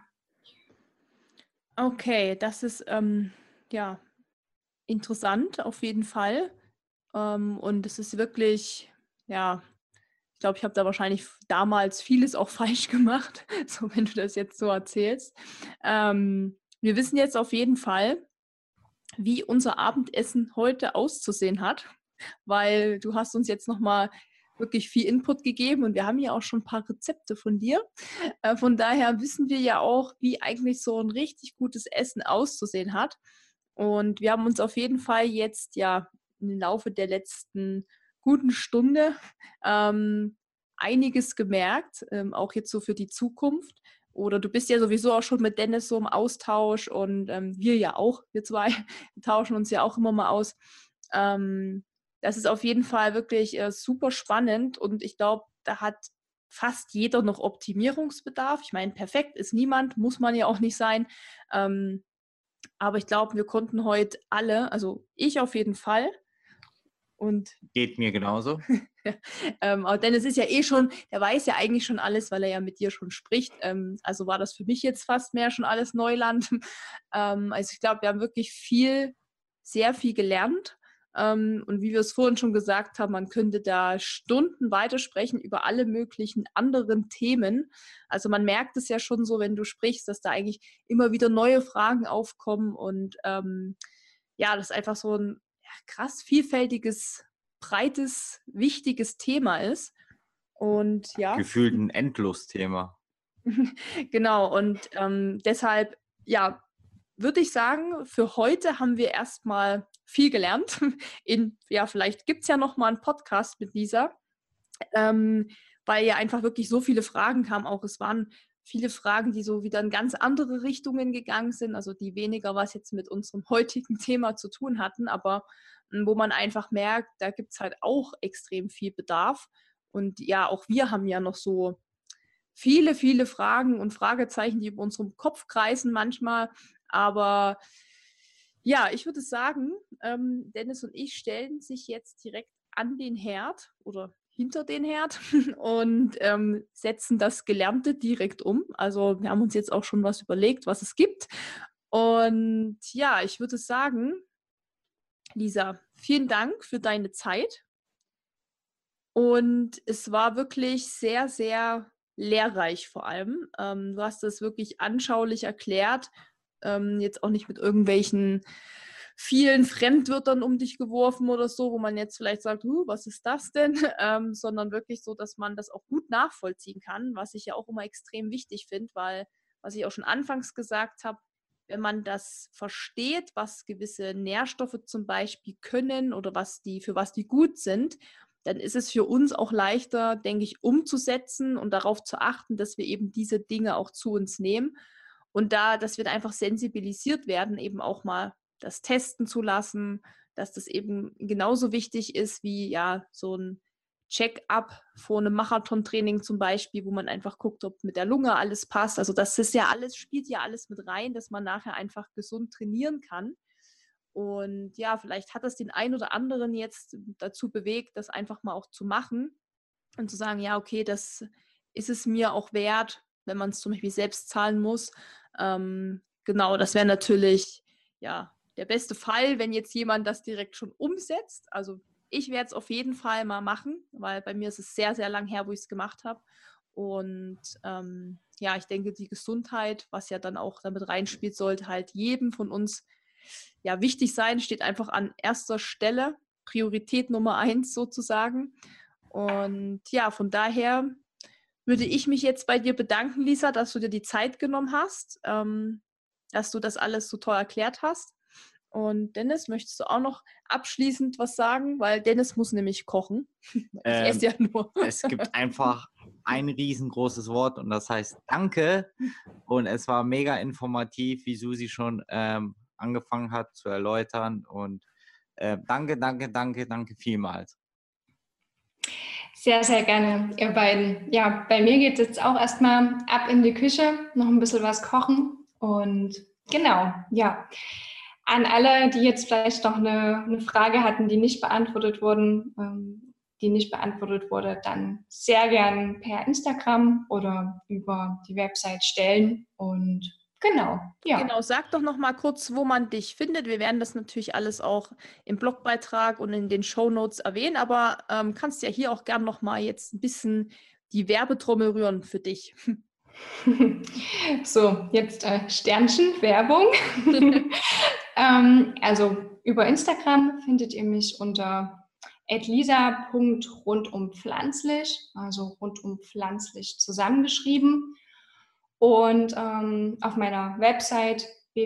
Okay, das ist interessant auf jeden Fall. Und es ist wirklich, ja, ich glaube, ich habe da wahrscheinlich damals vieles auch falsch gemacht, so wenn du das jetzt so erzählst. Wir wissen jetzt auf jeden Fall, wie unser Abendessen heute auszusehen hat, weil du hast uns jetzt nochmal wirklich viel Input gegeben und wir haben ja auch schon ein paar Rezepte von dir. Von daher wissen wir ja auch, wie eigentlich so ein richtig gutes Essen auszusehen hat. Und wir haben uns auf jeden Fall jetzt ja im Laufe der letzten guten Stunde einiges gemerkt, auch jetzt so für die Zukunft. Oder du bist ja sowieso auch schon mit Dennis so im Austausch und wir ja auch, wir zwei, wir tauschen uns ja auch immer mal aus. Das ist auf jeden Fall wirklich super spannend und ich glaube, da hat fast jeder noch Optimierungsbedarf. Ich meine, perfekt ist niemand, muss man ja auch nicht sein. Aber ich glaube, wir konnten heute alle, also ich auf jeden Fall. Und Geht mir genauso. aber Dennis ist ja eh schon, der weiß ja eigentlich schon alles, weil er ja mit dir schon spricht. Also war das für mich jetzt fast mehr schon alles Neuland. Also ich glaube, wir haben wirklich sehr viel gelernt. Und wie wir es vorhin schon gesagt haben, man könnte da Stunden weitersprechen über alle möglichen anderen Themen. Also man merkt es ja schon so, wenn du sprichst, dass da eigentlich immer wieder neue Fragen aufkommen und ja, das ist einfach so ein krass vielfältiges, breites, wichtiges Thema ist. Und ja. Gefühlt ein Endlosthema. Genau, und deshalb, ja, würde ich sagen, für heute haben wir erstmal viel gelernt. Ja, vielleicht gibt es ja noch mal einen Podcast mit Lisa, weil ja einfach wirklich so viele Fragen kamen. Auch es waren viele Fragen, die so wieder in ganz andere Richtungen gegangen sind, also die weniger was jetzt mit unserem heutigen Thema zu tun hatten, aber wo man einfach merkt, da gibt es halt auch extrem viel Bedarf. Und ja, auch wir haben ja noch so viele Fragen und Fragezeichen, die über unserem Kopf kreisen manchmal. Aber ja, ich würde sagen, Dennis und ich stellen sich jetzt direkt an den Herd oder hinter den Herd und setzen das Gelernte direkt um. Also wir haben uns jetzt auch schon was überlegt, was es gibt. Und ja, ich würde sagen, Lisa, vielen Dank für deine Zeit. Und es war wirklich sehr lehrreich vor allem. Du hast es wirklich anschaulich erklärt, jetzt auch nicht mit irgendwelchen vielen Fremdwörtern um dich geworfen oder so, wo man jetzt vielleicht sagt, was ist das denn? Sondern wirklich so, dass man das auch gut nachvollziehen kann, was ich ja auch immer extrem wichtig finde, weil, was ich auch schon anfangs gesagt habe, wenn man das versteht, was gewisse Nährstoffe zum Beispiel können oder für was die gut sind, dann ist es für uns auch leichter, denke ich, umzusetzen und darauf zu achten, dass wir eben diese Dinge auch zu uns nehmen. Und dass wir da einfach sensibilisiert werden, eben auch mal das testen zu lassen, dass das eben genauso wichtig ist wie ja so ein Check-up vor einem Marathontraining zum Beispiel, wo man einfach guckt, ob mit der Lunge alles passt. Also das ist ja alles, spielt ja alles mit rein, dass man nachher einfach gesund trainieren kann. Und ja, vielleicht hat das den einen oder anderen jetzt dazu bewegt, das einfach mal auch zu machen und zu sagen, ja, okay, das ist es mir auch wert, wenn man es zum Beispiel selbst zahlen muss. Genau, das wäre natürlich ja der beste Fall, wenn jetzt jemand das direkt schon umsetzt. Also ich werde es auf jeden Fall mal machen, weil bei mir ist es sehr lang her, wo ich es gemacht habe. Und ja, ich denke, die Gesundheit, was ja dann auch damit reinspielt, sollte halt jedem von uns ja wichtig sein, steht einfach an erster Stelle, Priorität Nummer 1 sozusagen. Und ja, von daher würde ich mich jetzt bei dir bedanken, Lisa, dass du dir die Zeit genommen hast, dass du das alles so toll erklärt hast. Und Dennis, möchtest du auch noch abschließend was sagen? Weil Dennis muss nämlich kochen. Ich esse ja nur. Es gibt einfach ein riesengroßes Wort und das heißt Danke. Und es war mega informativ, wie Susi schon angefangen hat zu erläutern. Und danke vielmals. Sehr gerne, ihr beiden. Ja, bei mir geht es jetzt auch erstmal ab in die Küche, noch ein bisschen was kochen. Und genau, ja. An alle, die jetzt vielleicht noch eine Frage hatten, die nicht beantwortet wurde, dann sehr gern per Instagram oder über die Website stellen. Und Genau, ja. Genau, sag doch noch mal kurz, wo man dich findet. Wir werden das natürlich alles auch im Blogbeitrag und in den Shownotes erwähnen, aber kannst ja hier auch gern noch mal jetzt ein bisschen die Werbetrommel rühren für dich. So, jetzt Sternchen, Werbung. Also über Instagram findet ihr mich unter @lisa.rundumpflanzlich, also rundumpflanzlich zusammengeschrieben. Und auf meiner Website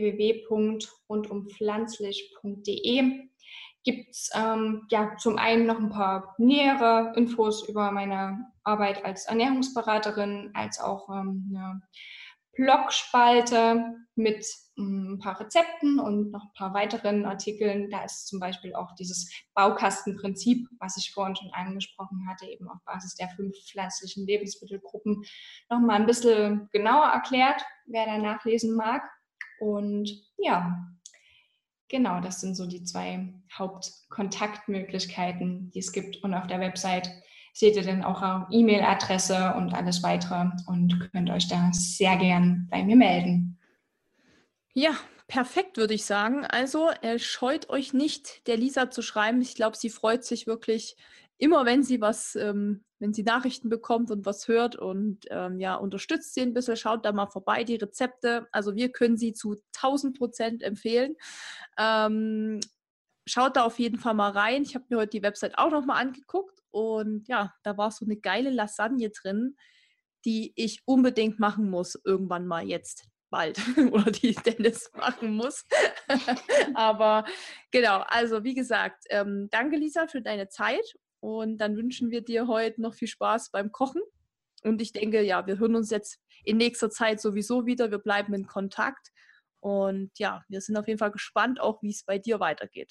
www.rundumpflanzlich.de gibt es zum einen noch ein paar nähere Infos über meine Arbeit als Ernährungsberaterin, als auch eine Blogspalte mit ein paar Rezepten und noch ein paar weiteren Artikeln. Da ist zum Beispiel auch dieses Baukastenprinzip, was ich vorhin schon angesprochen hatte, eben auf Basis der 5 pflanzlichen Lebensmittelgruppen nochmal ein bisschen genauer erklärt, wer da nachlesen mag. Und ja, genau, das sind so die 2 Hauptkontaktmöglichkeiten, die es gibt. Und auf der Website seht ihr dann auch eine E-Mail-Adresse und alles weitere und könnt euch da sehr gern bei mir melden. Ja, perfekt, würde ich sagen. Also scheut euch nicht, der Lisa zu schreiben. Ich glaube, sie freut sich wirklich immer, wenn sie wenn sie Nachrichten bekommt und was hört und unterstützt sie ein bisschen. Schaut da mal vorbei, die Rezepte. Also wir können sie zu 1000% empfehlen. Schaut da auf jeden Fall mal rein. Ich habe mir heute die Website auch nochmal angeguckt und ja, da war so eine geile Lasagne drin, die ich unbedingt machen muss, irgendwann mal jetzt. Bald oder die Dennis machen muss. Aber genau, also wie gesagt, danke Lisa für deine Zeit und dann wünschen wir dir heute noch viel Spaß beim Kochen und ich denke, ja, wir hören uns jetzt in nächster Zeit sowieso wieder, wir bleiben in Kontakt und ja, wir sind auf jeden Fall gespannt auch, wie es bei dir weitergeht.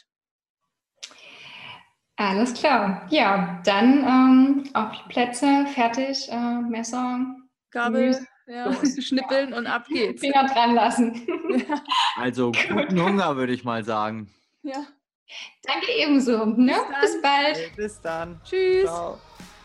Alles klar, ja, dann auf die Plätze, fertig, Messer, Gabel, ja, schnippeln und ab geht's. Finger dran lassen. Ja. Also guten Hunger, würde ich mal sagen. Ja. Danke ebenso. Ne? Bis bald. Hey, bis dann. Tschüss. Ciao.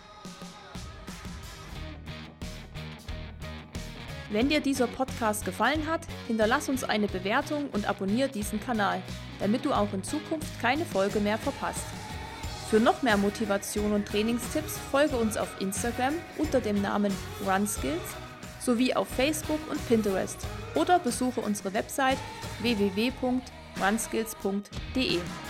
Wenn dir dieser Podcast gefallen hat, hinterlass uns eine Bewertung und abonniere diesen Kanal, damit du auch in Zukunft keine Folge mehr verpasst. Für noch mehr Motivation und Trainingstipps folge uns auf Instagram unter dem Namen RunSkills sowie auf Facebook und Pinterest oder besuche unsere Website www.runskills.de.